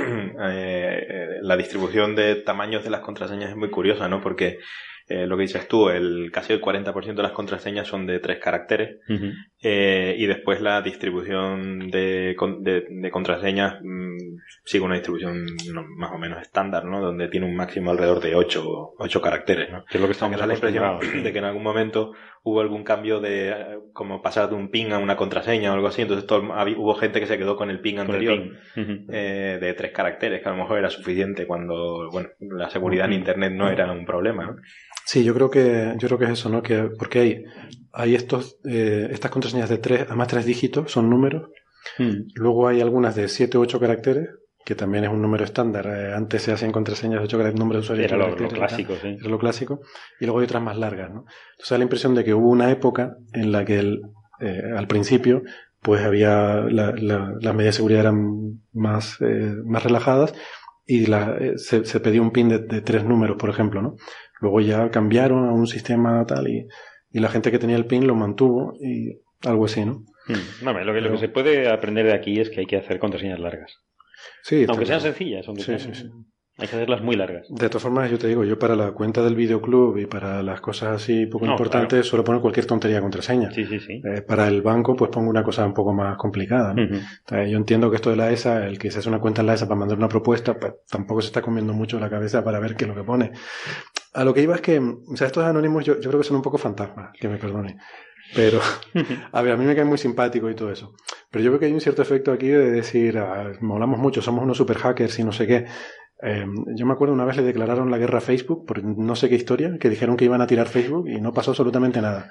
la distribución de tamaños de las contraseñas es muy curiosa, ¿no? Porque lo que dices tú, casi el 40% de las contraseñas son de 3 caracteres, y después la distribución de contraseñas sigue una distribución más o menos estándar, ¿no? Donde tiene un máximo alrededor de 8 caracteres, ¿no? Que es lo que estamos da la impresión de que en algún momento hubo algún cambio de como pasar de un PIN a una contraseña o algo así, entonces hubo gente que se quedó con el PIN anterior, de 3 caracteres, que a lo mejor era suficiente cuando, bueno, la seguridad en Internet no era un problema, ¿no? Sí, yo creo que es eso, ¿no? Que porque hay estas contraseñas de 3, además 3 dígitos, son números. Luego hay algunas de 7 o 8 caracteres, que también es un número estándar. Antes se hacían contraseñas de 8 caracteres, nombre de usuario. Era lo clásico, sí. Era lo clásico. Y luego hay otras más largas, ¿no? Entonces da la impresión de que hubo una época en la que al principio pues había las medidas de seguridad eran más relajadas y se pedía un PIN de 3 números, por ejemplo, ¿no? Luego ya cambiaron a un sistema tal y la gente que tenía el PIN lo mantuvo y algo así, ¿no? Vale, lo que se puede aprender de aquí es que hay que hacer contraseñas largas. Sí, aunque sean sencillas, sí. Hay que hacerlas muy largas. De todas formas, yo te digo, yo para la cuenta del videoclub y para las cosas así poco importantes suelo poner cualquier tontería de contraseña. Sí. Para el banco pues pongo una cosa un poco más complicada, ¿no? Entonces, yo entiendo que esto de la ESA, el que se hace una cuenta en la ESA para mandar una propuesta, pues tampoco se está comiendo mucho la cabeza para ver qué es lo que pone. A lo que iba es que, o sea, estos anónimos yo creo que son un poco fantasmas, que me perdone. Pero, a ver, a mí me cae muy simpático y todo eso. Pero yo creo que hay un cierto efecto aquí de decir, molamos mucho, somos unos super hackers y no sé qué. Yo me acuerdo una vez le declararon la guerra a Facebook por no sé qué historia, que dijeron que iban a tirar Facebook y no pasó absolutamente nada.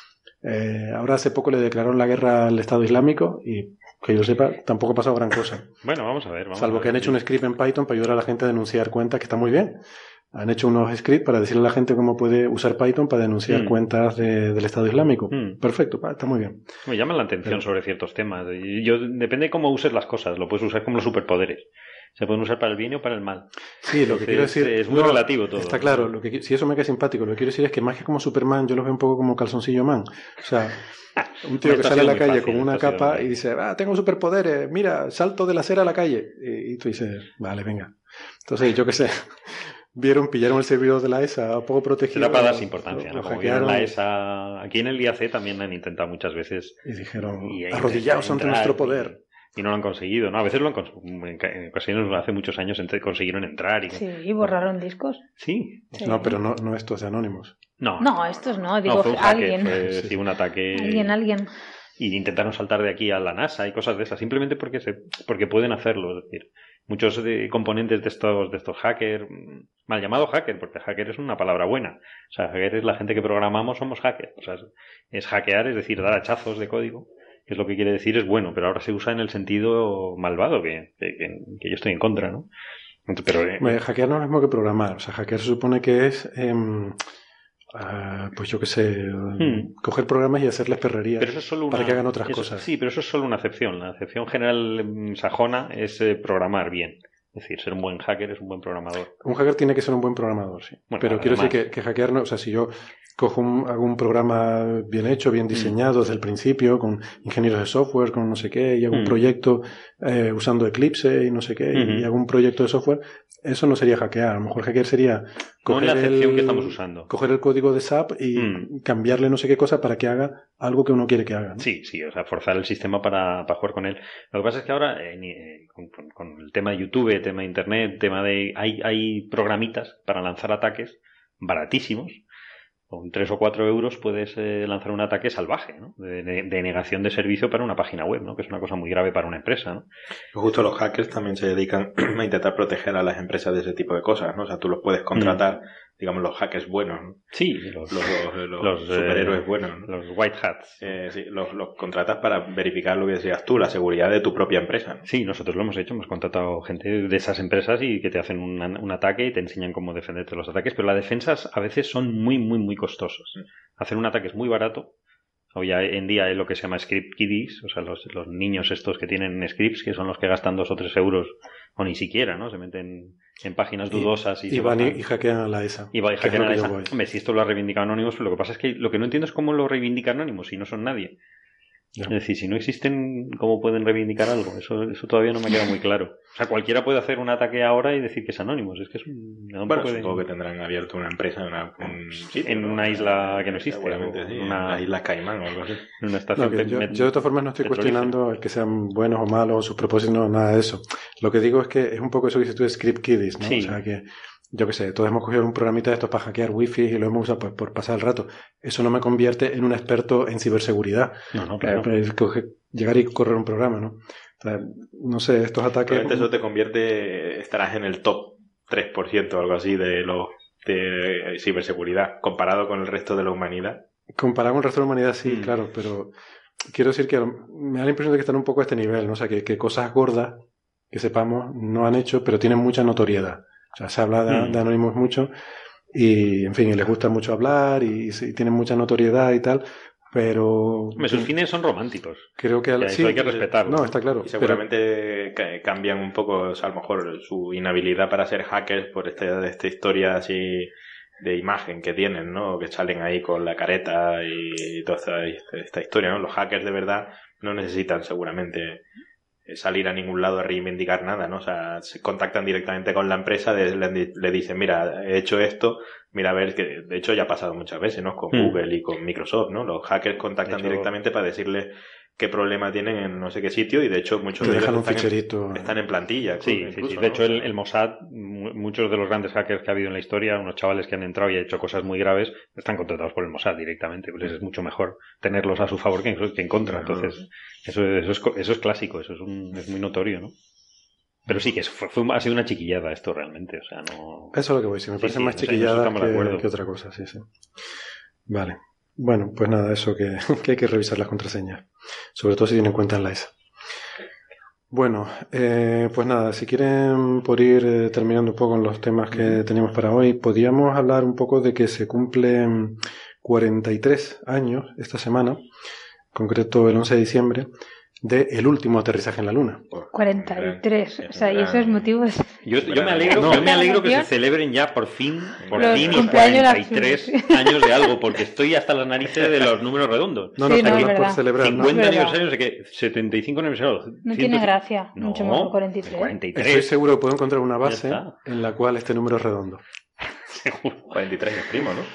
Ahora hace poco le declararon la guerra al Estado Islámico y que yo sepa tampoco ha pasado gran cosa. Bueno, vamos a ver. Salvo que han hecho un script en Python para ayudar a la gente a denunciar cuentas, que está muy bien. Han hecho unos scripts para decirle a la gente cómo puede usar Python para denunciar cuentas del Estado Islámico. Perfecto, está muy bien. Me llaman la atención sobre ciertos temas. Depende de cómo uses las cosas. Lo puedes usar como los superpoderes. Se pueden usar para el bien o para el mal. Sí, lo que quiero decir... Es muy relativo todo. Está claro. Si eso me cae simpático, lo que quiero decir es que más que como Superman, yo los veo un poco como Calzoncillo Man. O sea, un tío que sale a la calle con una capa y dice, tengo superpoderes, mira, salto de la acera a la calle. Y tú dices, vale, venga. Entonces, yo qué sé... pillaron el servidor de la ESA poco protegido. Era para darse importancia, ¿no? Como vieron la ESA... Aquí en el IAC también han intentado muchas veces... Y dijeron, arrodillaos ante nuestro poder. Y no lo han conseguido, ¿no? A veces en ocasiones, hace muchos años, consiguieron entrar. Y borraron discos. Sí. No, pero no estos de Anonymous. No, estos no, digo fue un alguien. Fue un ataque... Alguien. Y intentaron saltar de aquí a la NASA y cosas de esas, simplemente porque pueden hacerlo. Es decir, muchos componentes de estos hackers, mal llamado hacker, porque hacker es una palabra buena. O sea, hacker es la gente que programamos, somos hackers. O sea, es hackear, es decir, dar hachazos de código, que es lo que quiere decir es bueno, pero ahora se usa en el sentido malvado, que yo estoy en contra, ¿no? Pero, hackear no es lo mismo que programar. O sea, hackear se supone que es... pues yo qué sé, coger programas y hacerles perrerías para que hagan otras cosas. Sí, pero eso es solo una acepción. La acepción general sajona es programar bien. Es decir, ser un buen hacker es un buen programador. Un hacker tiene que ser un buen programador, sí. Bueno, pero quiero decir que hackear no... O sea, si yo hago un programa bien hecho, bien diseñado desde el principio, con ingenieros de software, con no sé qué, y hago un proyecto usando Eclipse y no sé qué, y hago un proyecto de software, eso no sería hackear. A lo mejor hackear sería coger, la acepción que estamos usando. Coger el código de SAP y cambiarle no sé qué cosa para que haga algo que uno quiere que haga, ¿no? Sí, o sea, forzar el sistema para jugar con él. Lo que pasa es que ahora, con el tema de YouTube, tema de Internet, hay programitas para lanzar ataques baratísimos. Con 3 o 4 euros puedes lanzar un ataque salvaje, ¿no? De negación de servicio para una página web, ¿no? Que es una cosa muy grave para una empresa, ¿no? Justo los hackers también se dedican a intentar proteger a las empresas de ese tipo de cosas, ¿no? O sea, tú los puedes contratar, digamos, los hackers buenos, ¿no? Sí, los superhéroes buenos, ¿no? Los white hats. Sí, los contratas para verificar lo que decías tú, la seguridad de tu propia empresa, ¿no? Sí, nosotros lo hemos hecho, hemos contratado gente de esas empresas y que te hacen un ataque y te enseñan cómo defenderte de los ataques, pero las defensas a veces son muy, muy, muy costosos. Hacer un ataque es muy barato. Hoy en día hay lo que se llama script kiddies, o sea, los niños estos que tienen scripts, que son los que gastan 2 o 3 euros, o ni siquiera, ¿no? Se meten en páginas dudosas y van y hackean a la ESA. Y hackean a la ESA. Hombre, si esto lo ha reivindicado Anonymous, lo que pasa es que lo que no entiendo es cómo lo reivindica Anonymous si no son nadie. No. Es decir, si no existen, ¿cómo pueden reivindicar algo? Eso todavía no me queda muy claro. O sea, cualquiera puede hacer un ataque ahora y decir que es Anonymous. Es que es supongo que tendrán abierto una empresa en una isla que no existe. Seguramente, sí, una isla Caimán o algo así. En una estación yo de todas formas no estoy cuestionando el que sean buenos o malos, sus propósitos, no, nada de eso. Lo que digo es que es un poco eso que dices tú de script kiddies, ¿no? Sí. O sea, que yo qué sé, todos hemos cogido un programita de estos para hackear wifi y lo hemos usado por pasar el rato. Eso no me convierte en un experto en ciberseguridad. No, claro. Llegar y correr un programa, ¿no? O sea, no sé, estos ataques... Probablemente eso te convierte, estarás en el top 3% o algo así de ciberseguridad, comparado con el resto de la humanidad. Comparado con el resto de la humanidad, sí, claro, pero quiero decir que me da la impresión de que están un poco a este nivel, ¿no? O sea, que cosas gordas que sepamos no han hecho, pero tienen mucha notoriedad. O sea, se habla de Anonymous mucho y, en fin, les gusta mucho hablar y tienen mucha notoriedad y tal, pero... Sus fines son románticos. Creo que eso hay que respetarlo. No, está claro. Y seguramente cambian un poco, o sea, a lo mejor su inhabilidad para ser hackers por esta historia así de imagen que tienen, ¿no? Que salen ahí con la careta y toda esta historia, ¿no? Los hackers de verdad no necesitan seguramente salir a ningún lado a reivindicar nada, ¿no? O sea, se contactan directamente con la empresa, le dicen, mira, he hecho esto, mira, a ver, que de hecho ya ha pasado muchas veces, ¿no? Con Google y con Microsoft, ¿no? Los hackers contactan directamente para decirles qué problema tienen en no sé qué sitio, y de hecho muchos de ellos están en plantilla. Sí, incluso, sí. De hecho, el Mossad, muchos de los grandes hackers que ha habido en la historia, unos chavales que han entrado y han hecho cosas muy graves, están contratados por el Mossad directamente, pues es mucho mejor tenerlos a su favor que en contra. Entonces, eso es clásico, eso es muy notorio, ¿no? Pero sí que ha sido una chiquillada esto realmente, o sea, no... Eso es lo que voy a decir, me parece más chiquillada que otra cosa, sí. Vale. Bueno, pues nada, eso que hay que revisar las contraseñas, sobre todo si tienen en cuenta la ESA. Bueno, pues nada, si quieren, por ir terminando un poco con los temas que teníamos para hoy, podríamos hablar un poco de que se cumplen 43 años esta semana, en concreto el 11 de diciembre, de el último aterrizaje en la Luna. 43, o sea, y eso es motivo de... Yo me alegro que se celebren ya por fin los 43 años de algo, porque estoy hasta las narices de los números redondos. No es por celebrar. 50 aniversarios de que 75 aniversarios. No tiene gracia, mucho más 43. Estoy seguro que puedo encontrar una base en la cual este número es redondo. Seguro. 43 es primo, ¿no?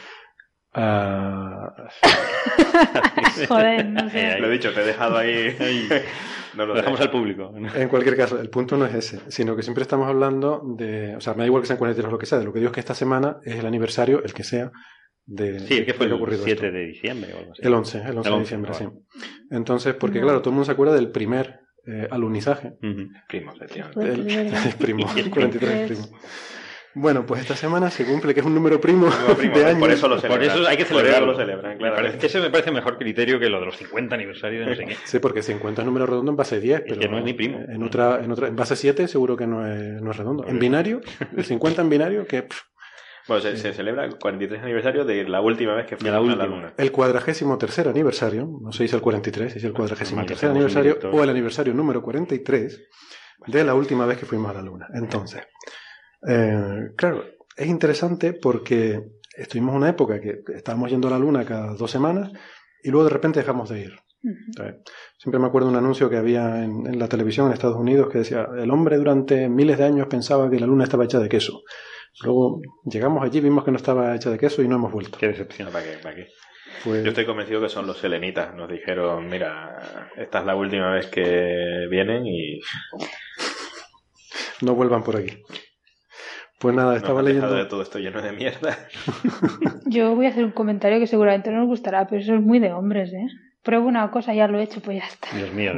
Joder, no sé. Lo he dicho, te he dejado ahí. No lo dejamos al público. En cualquier caso, el punto no es ese, sino que siempre estamos hablando de... O sea, me da igual que sean 43 o lo que sea, de lo que digo es que esta semana es el aniversario, el que sea, de... Sí, el que fue el 7 esto. de diciembre o algo así. El 11 de diciembre, vale. Sí. Entonces, porque claro, todo el mundo se acuerda del primer alunizaje. Primo, el primo, 43 primo. Bueno, pues esta semana se cumple que es un número primo de años. Por eso lo celebran. Por eso hay que celebrarlo. Lo celebran, claro. Ese me parece mejor criterio que lo de los 50 aniversarios de no sé qué. Sí, porque 50 es número redondo en base 10, pero que no es ni primo. En base 7 seguro que no es redondo. En binario, el 50 en binario, que... Bueno, se celebra el 43 aniversario de la última vez que fuimos a la Luna. El 43º aniversario, no se dice el 43, es el 43º aniversario, o el aniversario número 43 de la última vez que fuimos a la Luna. Entonces... claro, es interesante porque estuvimos en una época que estábamos yendo a la Luna cada 2 semanas y luego de repente dejamos de ir. Siempre me acuerdo de un anuncio que había en la televisión en Estados Unidos que decía: el hombre durante miles de años pensaba que la Luna estaba hecha de queso. Luego llegamos allí, vimos que no estaba hecha de queso y no hemos vuelto. Qué decepción. ¿Para qué? Pues... Yo estoy convencido que son los selenitas. Nos dijeron: mira, esta es la última vez que vienen y... no vuelvan por aquí. Pues nada, estaba leyendo... de todo esto lleno de mierda. Yo voy a hacer un comentario que seguramente no os gustará, pero eso es muy de hombres, ¿eh? Pruebo una cosa, ya lo he hecho, pues ya está. Dios mío.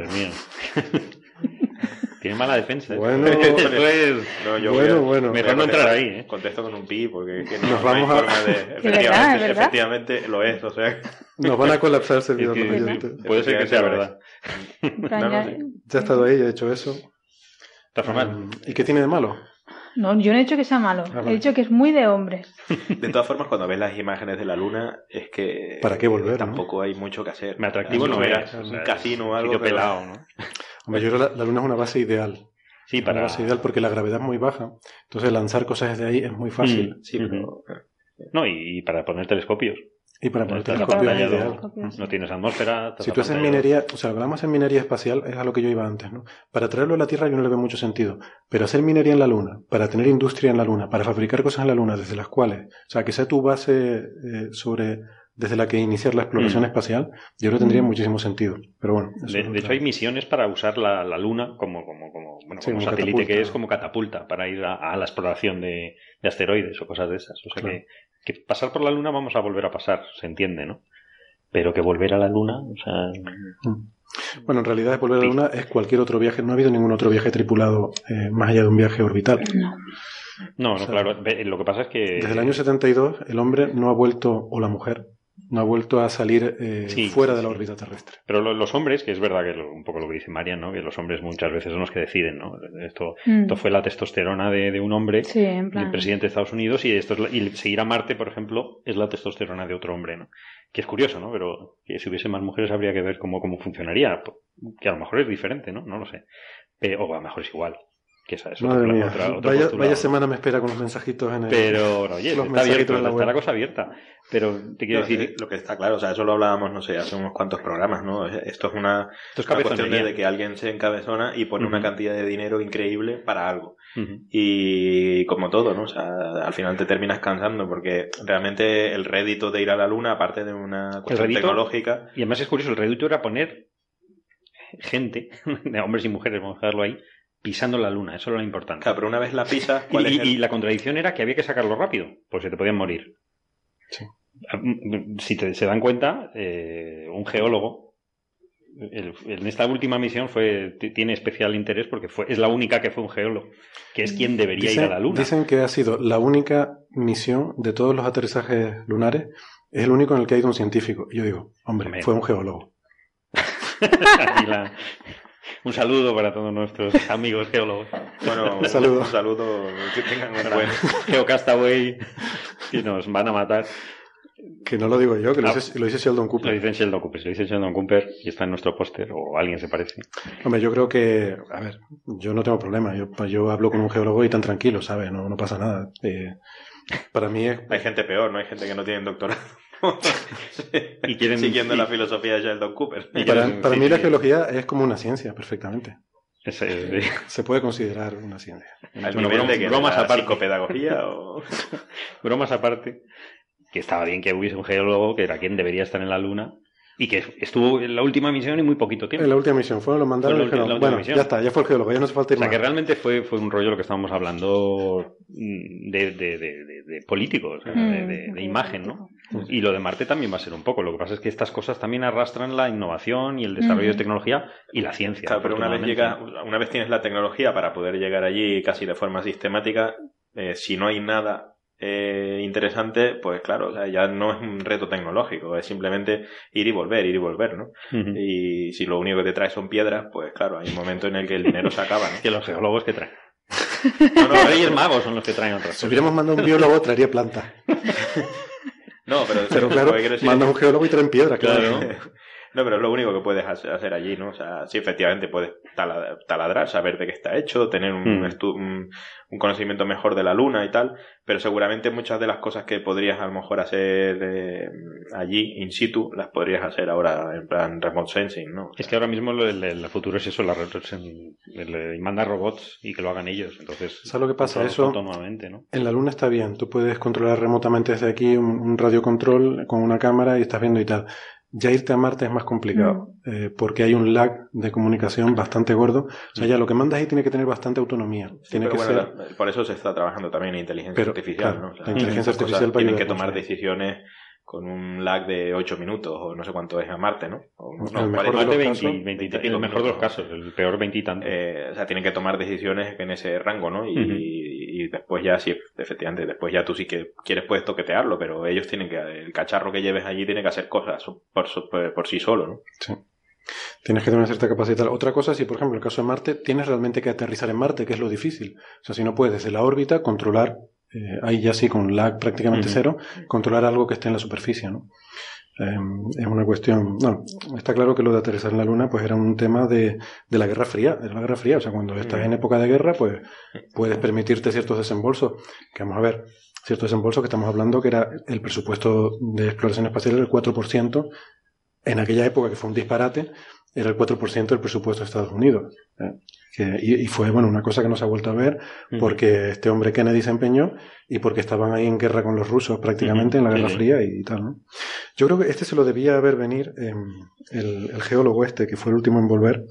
Tiene mala defensa. Bueno, bueno. Mejor no entrar ahí, ¿eh? Contesto con un pi, porque es que nos vamos hay forma de... Efectivamente lo es, o sea... Nos van a colapsar el servidor. Puede ser que sea verdad. Ya he estado ahí, he hecho eso. ¿Y qué tiene de malo? No, yo no he dicho que sea malo, he dicho que es muy de hombres. De todas formas, cuando ves las imágenes de la Luna, es que... ¿Para qué volver? Tampoco hay mucho que hacer. Me atractivo no era. Un casino o algo. Pelado, ¿no? Hombre, yo creo que la Luna es una base ideal. Sí, una base ideal porque la gravedad es muy baja. Entonces lanzar cosas desde ahí es muy fácil. Sí, pero... No, y para poner telescopios. Y para poner telescopios es ideal. No tienes atmósfera. Si tú haces minería, o sea, lo que hablamos en minería espacial es a lo que yo iba antes, ¿no? Para traerlo a la Tierra yo no le veo mucho sentido. Pero hacer minería en la Luna, para tener industria en la Luna, para fabricar cosas en la Luna, desde las cuales, o sea, que sea tu base desde la que iniciar la exploración espacial, yo creo que tendría muchísimo sentido. Pero bueno. De hecho, hay misiones para usar la Luna como satélite catapulta. Que es como catapulta para ir a la exploración de asteroides o cosas de esas. O sea claro. Que pasar por la Luna vamos a volver a pasar, se entiende, ¿no? Pero que volver a la Luna, o sea... Bueno, en realidad volver a la Luna es cualquier otro viaje. No ha habido ningún otro viaje tripulado más allá de un viaje orbital. No, claro. Lo que pasa es que... Desde el año 72 el hombre no ha vuelto, o la mujer, no ha vuelto a salir fuera de la órbita terrestre. Pero los hombres, que es verdad que un poco lo que dice Marian, ¿no? Que los hombres muchas veces son los que deciden, ¿no? Esto fue la testosterona de un hombre, del presidente de Estados Unidos, y seguir a Marte, por ejemplo, es la testosterona de otro hombre, ¿no? Que es curioso, ¿no? Pero que si hubiese más mujeres habría que ver cómo funcionaría. Que a lo mejor es diferente, ¿no? No lo sé. O a lo mejor es igual. Que esa es Madre mía, otro vaya semana me espera con los mensajitos en el... Pero, oye, está abierto, está la cosa abierta. Pero te quiero decir... Lo que está claro, o sea, eso lo hablábamos, no sé, hace unos cuantos programas, ¿no? Esto es una cuestión de que alguien se encabezona y pone una cantidad de dinero increíble para algo. Y como todo, ¿no? O sea, al final te terminas cansando porque realmente el rédito de ir a la luna, aparte de una cuestión tecnológica... Y además es curioso, el rédito era poner gente, de hombres y mujeres, vamos a dejarlo ahí, pisando la luna, eso era lo importante. Claro, pero una vez la pisas... Y la contradicción era que había que sacarlo rápido, pues se te podían morir. Sí. Si se dan cuenta, un geólogo en esta última misión tiene especial interés porque es la única que fue un geólogo, que es quien debería ir a la luna. Dicen que ha sido la única misión de todos los aterrizajes lunares, es el único en el que ha ido un científico. Y yo digo, hombre, fue un geólogo. Un saludo para todos nuestros amigos geólogos. Bueno, un saludo, que tengan un buen Geocastaway, que nos van a matar. Que no lo digo yo, que lo dice Sheldon Cooper. Lo dice Sheldon Cooper y está en nuestro póster, o alguien se parece. Hombre, yo creo que, a ver, yo no tengo problema. Yo hablo con un geólogo y tan tranquilo, ¿sabes? No pasa nada. Para mí es... Hay gente peor, ¿no? Hay gente que no tiene doctorado. Y quieren, siguiendo la filosofía de Sheldon Cooper. Para mí la geología es como una ciencia, perfectamente. Se puede considerar una ciencia. Al nivel de que bromas aparte. Psicopedagogía o... Bromas aparte, que estaba bien que hubiese un geólogo que era quien debería estar en la luna y que estuvo en la última misión y muy poquito tiempo. En la última misión lo mandaron y dijeron, bueno, ya está, ya fue el geólogo, ya no hace falta ir más. O sea, que realmente fue un rollo lo que estábamos hablando de políticos, de imagen, ¿no? Y lo de Marte también va a ser un poco. Lo que pasa es que estas cosas también arrastran la innovación y el desarrollo de tecnología y la ciencia. Claro, pero una vez tienes la tecnología para poder llegar allí casi de forma sistemática, si no hay nada interesante, pues claro, o sea, ya no es un reto tecnológico, es simplemente ir y volver, ¿no? Y si lo único que te trae son piedras, pues claro, hay un momento en el que el dinero se acaba, ¿no? Que los geólogos que traen. Los Reyes Magos son los que traen otras cosas. Si hubiéramos mandado un biólogo, traería planta. No, pero claro, manda un geólogo y traen piedra, claro. No, pero es lo único que puedes hacer allí, ¿no? O sea, sí, efectivamente puedes taladrar, saber de qué está hecho, tener un conocimiento mejor de la luna y tal, pero seguramente muchas de las cosas que podrías a lo mejor hacer allí, in situ, las podrías hacer ahora en plan remote sensing, ¿no? Es que ahora mismo el futuro es eso, mandar robots y que lo hagan ellos, entonces... ¿Sabes lo que pasa? Eso autónomamente, ¿no? En la luna está bien, tú puedes controlar remotamente desde aquí un radiocontrol con una cámara y estás viendo y tal. Ya irte a Marte es más complicado, porque hay un lag de comunicación bastante gordo. O sea, ya lo que mandas ahí tiene que tener bastante autonomía. Sí, tiene que ser... Por eso se está trabajando también en inteligencia artificial, claro, ¿no? O sea, la inteligencia artificial tienen que tomar decisiones con un lag de 8 minutos, o no sé cuánto es a Marte, ¿no? El mejor de los casos, 20 el mejor de los casos, el peor 20 y tanto. O sea, tienen que tomar decisiones en ese rango, ¿no? Y después ya, sí, efectivamente, después ya tú sí que quieres puedes toquetearlo, pero ellos tienen que, el cacharro que lleves allí tiene que hacer cosas por sí solo, ¿no? Sí. Tienes que tener una cierta capacidad. Otra cosa, si por ejemplo en el caso de Marte, tienes realmente que aterrizar en Marte, que es lo difícil. O sea, si no puedes desde la órbita controlar, ahí ya sí con lag prácticamente cero, controlar algo que esté en la superficie, ¿no? Es una cuestión... No, está claro que lo de aterrizar en la Luna pues era un tema de la Guerra Fría, o sea, cuando estás en época de guerra pues puedes permitirte ciertos desembolsos, que vamos a ver, ciertos desembolsos que estamos hablando que era el presupuesto de exploración espacial el 4%, en aquella época que fue un disparate, era el 4% del presupuesto de Estados Unidos. Y fue, bueno, una cosa que no se ha vuelto a ver porque este hombre Kennedy se empeñó y porque estaban ahí en guerra con los rusos prácticamente en la Guerra Fría y tal, ¿no? Yo creo que este se lo debía ver venir el geólogo este, que fue el último en volver,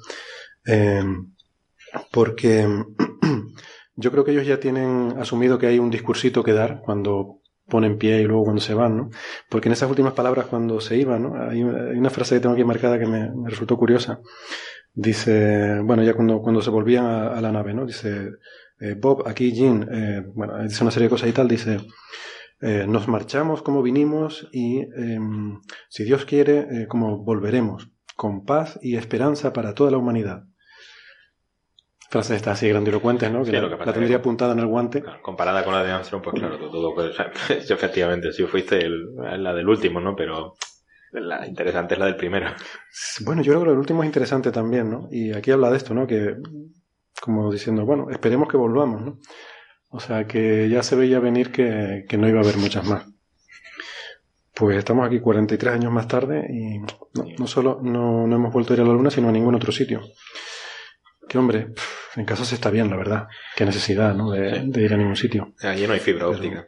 porque yo creo que ellos ya tienen asumido que hay un discursito que dar cuando ponen pie y luego cuando se van, ¿no? Porque en esas últimas palabras cuando se iban, ¿no? Hay una frase que tengo aquí marcada que me resultó curiosa. Dice, bueno, ya cuando se volvían a la nave, ¿no? Dice, Bob, aquí Jean, bueno, dice una serie de cosas y tal, dice, nos marchamos como vinimos y, si Dios quiere, como volveremos, con paz y esperanza para toda la humanidad. Frase está así grandilocuentes, ¿no? Que sí, la tendría apuntada en el guante. Claro, comparada con la de Armstrong, pues claro, todo pues, efectivamente, si fuiste la del último, ¿no? Pero la interesante es la del primero. Bueno, yo creo que el último es interesante también, ¿no? Y aquí habla de esto, ¿no? Que como diciendo, bueno, esperemos que volvamos, ¿no? O sea que ya se veía venir que no iba a haber muchas más. Pues estamos aquí 43 años más tarde y no solo no hemos vuelto a ir a la Luna, sino a ningún otro sitio. Que hombre, en caso se está bien, la verdad. Qué necesidad, ¿no? De ir a ningún sitio. Allí no hay fibra óptica.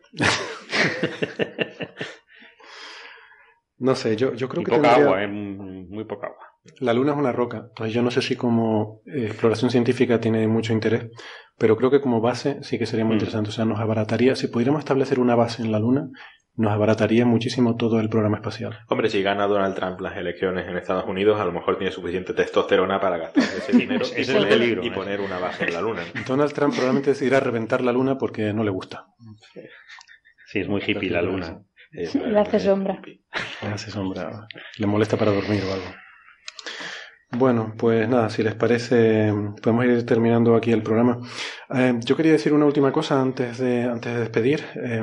No sé, yo creo que poca agua, muy poca agua. La Luna es una roca, entonces yo no sé si como exploración científica tiene mucho interés, pero creo que como base sí que sería muy interesante. O sea, nos abarataría, si pudiéramos establecer una base en la Luna, nos abarataría muchísimo todo el programa espacial. Hombre, si gana Donald Trump las elecciones en Estados Unidos, a lo mejor tiene suficiente testosterona para gastar ese dinero y poner una base en la Luna. Donald Trump probablemente decidirá reventar la Luna porque no le gusta. Sí, es muy hippie la Luna. Le hace sombra. Le hace sombra. Le molesta para dormir o algo. Bueno, pues nada, si les parece, podemos ir terminando aquí el programa. Yo quería decir una última cosa antes de despedir,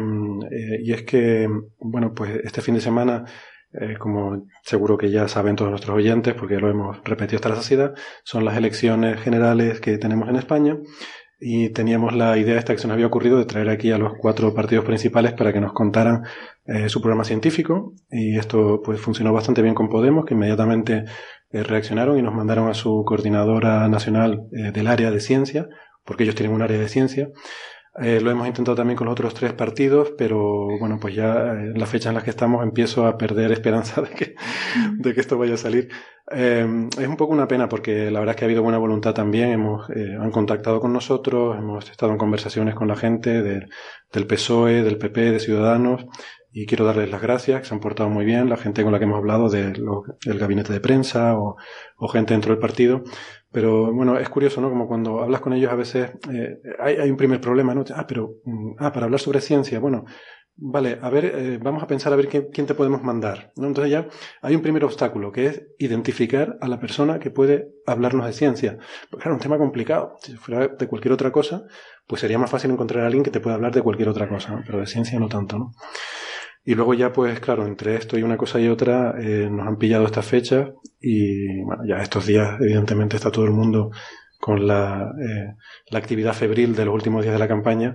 y es que, bueno, pues este fin de semana, como seguro que ya saben todos nuestros oyentes, porque lo hemos repetido hasta la saciedad, son las elecciones generales que tenemos en España. Y teníamos la idea esta que se nos había ocurrido de traer aquí a los 4 partidos principales para que nos contaran su programa científico. Y esto pues funcionó bastante bien con Podemos, que inmediatamente reaccionaron y nos mandaron a su coordinadora nacional del área de ciencia, porque ellos tienen un área de ciencia. Lo hemos intentado también con los otros 3 partidos, pero bueno, pues ya en las fechas en las que estamos empiezo a perder esperanza de que esto vaya a salir. Es un poco una pena porque la verdad es que ha habido buena voluntad también. Han contactado con nosotros, hemos estado en conversaciones con la gente del PSOE, del PP, de Ciudadanos, y quiero darles las gracias, que se han portado muy bien, la gente con la que hemos hablado del gabinete de prensa o gente dentro del partido. Pero bueno, es curioso, ¿no? Como cuando hablas con ellos a veces hay un primer problema, ¿no? Para hablar sobre ciencia, bueno, vale, a ver, vamos a pensar a ver quién te podemos mandar, ¿no? Entonces ya hay un primer obstáculo, que es identificar a la persona que puede hablarnos de ciencia. Pues claro, un tema complicado. Si fuera de cualquier otra cosa, pues sería más fácil encontrar a alguien que te pueda hablar de cualquier otra cosa, ¿no? Pero de ciencia no tanto, ¿no? Y luego ya, pues claro, entre esto y una cosa y otra, nos han pillado estas fechas y bueno, ya estos días, evidentemente, está todo el mundo con la actividad febril de los últimos días de la campaña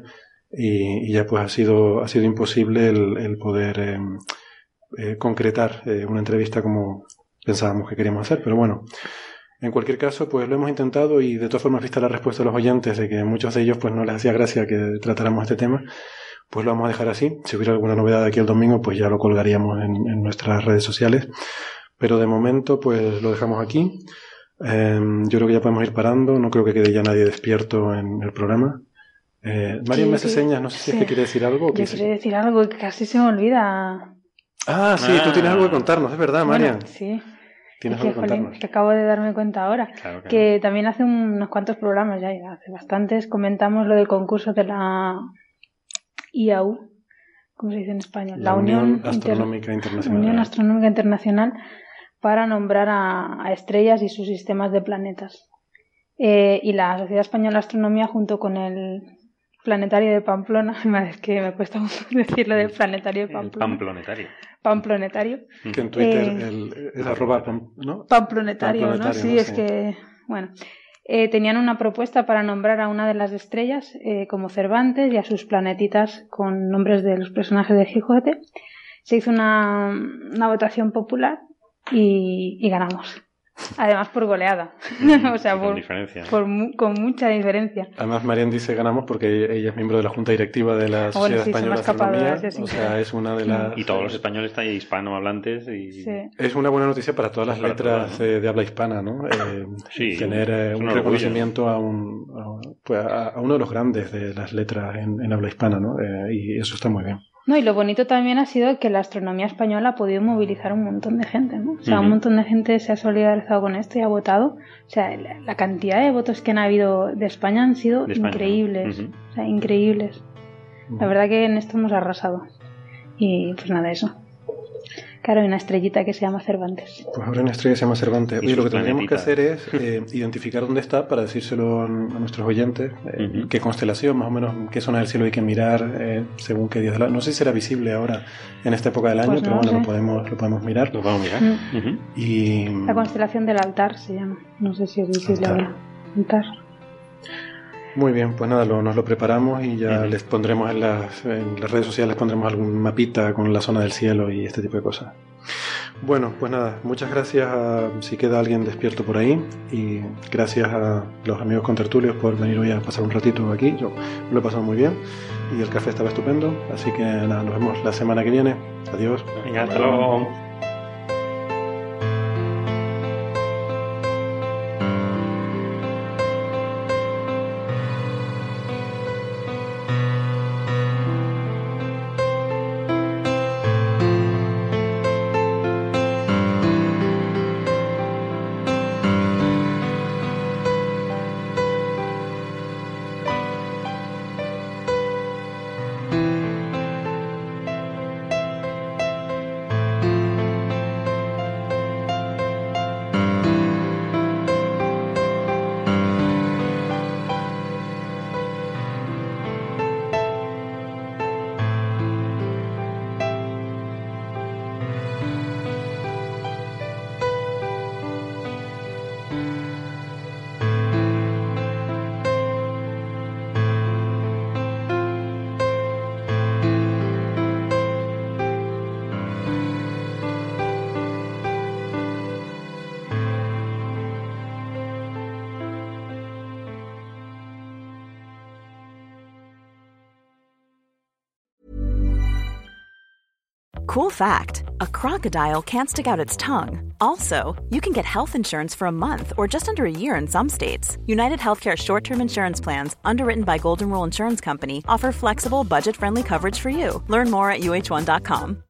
y ya pues ha sido imposible el poder concretar una entrevista como pensábamos que queríamos hacer, pero bueno. En cualquier caso, pues lo hemos intentado y de todas formas, vista la respuesta de los oyentes de que muchos de ellos pues no les hacía gracia que tratáramos este tema, pues lo vamos a dejar así. Si hubiera alguna novedad de aquí el domingo, pues ya lo colgaríamos en nuestras redes sociales. Pero de momento, pues lo dejamos aquí. Yo creo que ya podemos ir parando. No creo que quede ya nadie despierto en el programa. Marian me hace señas. No sé si es que quiere decir algo. Yo quería decir algo que casi se me olvida. Sí, tú tienes algo que contarnos. Es verdad, Marian. Bueno, sí. Tienes algo que contarnos. Que acabo de darme cuenta ahora. Claro. Que también hace unos cuantos programas, ya hace bastantes, comentamos lo del concurso de la IAU, ¿cómo se dice en español? La Unión Astronómica Internacional. Unión Astronómica Internacional, para nombrar a estrellas y sus sistemas de planetas. Y la Sociedad Española de Astronomía, junto con el Planetario de Pamplona, es que me cuesta mucho decirlo del Planetario de Pamplona. Pamplonetario. Que en Twitter es arroba, ¿no? Pamplonetario, ¿no? Sí, ¿no? Es que, bueno... tenían una propuesta para nombrar a una de las estrellas como Cervantes y a sus planetitas con nombres de los personajes de Quijote. Se hizo una votación popular y ganamos. Además por goleada. O sea, con diferencia. Con mucha diferencia. Además Marian dice ganamos porque ella es miembro de la Junta Directiva de la Sociedad Española de Astronomía. O sea, es una de las... Y todos los españoles están hispanohablantes y... Sí. Es una buena noticia para todas las letras de habla hispana, ¿no? Tener un reconocimiento a uno de los grandes de las letras en habla hispana, ¿no? Y eso está muy bien. No, y lo bonito también ha sido que la astronomía española ha podido movilizar un montón de gente, ¿no? O sea, un montón de gente se ha solidarizado con esto y ha votado. O sea, la cantidad de votos que han habido de España han sido increíbles. O sea, increíbles. La verdad que en esto hemos arrasado. Y pues nada, eso. Claro, hay una estrellita que se llama Cervantes. Pues ahora una estrella que se llama Cervantes. Oye, lo que tendríamos que hacer es identificar dónde está para decírselo a nuestros oyentes. Qué constelación, más o menos, qué zona del cielo hay que mirar según qué días del año. No sé si será visible ahora en esta época del año, pues pero bueno, lo podemos mirar. Lo podemos mirar. Y... La constelación del altar se llama. No sé si es visible ahora. Altar. Muy bien, pues nada, nos lo preparamos y ya les pondremos en las redes sociales, pondremos algún mapita con la zona del cielo y este tipo de cosas. Bueno, pues nada, muchas gracias si queda alguien despierto por ahí, y gracias a los amigos contertulios por venir hoy a pasar un ratito aquí. Yo me lo he pasado muy bien y el café estaba estupendo, así que nada, nos vemos la semana que viene. Adiós. Venga, hasta luego. Cool fact, a crocodile can't stick out its tongue. Also, you can get health insurance for a month or just under a year in some states. United Healthcare short-term insurance plans, underwritten by Golden Rule Insurance Company, offer flexible, budget-friendly coverage for you. Learn more at uh1.com.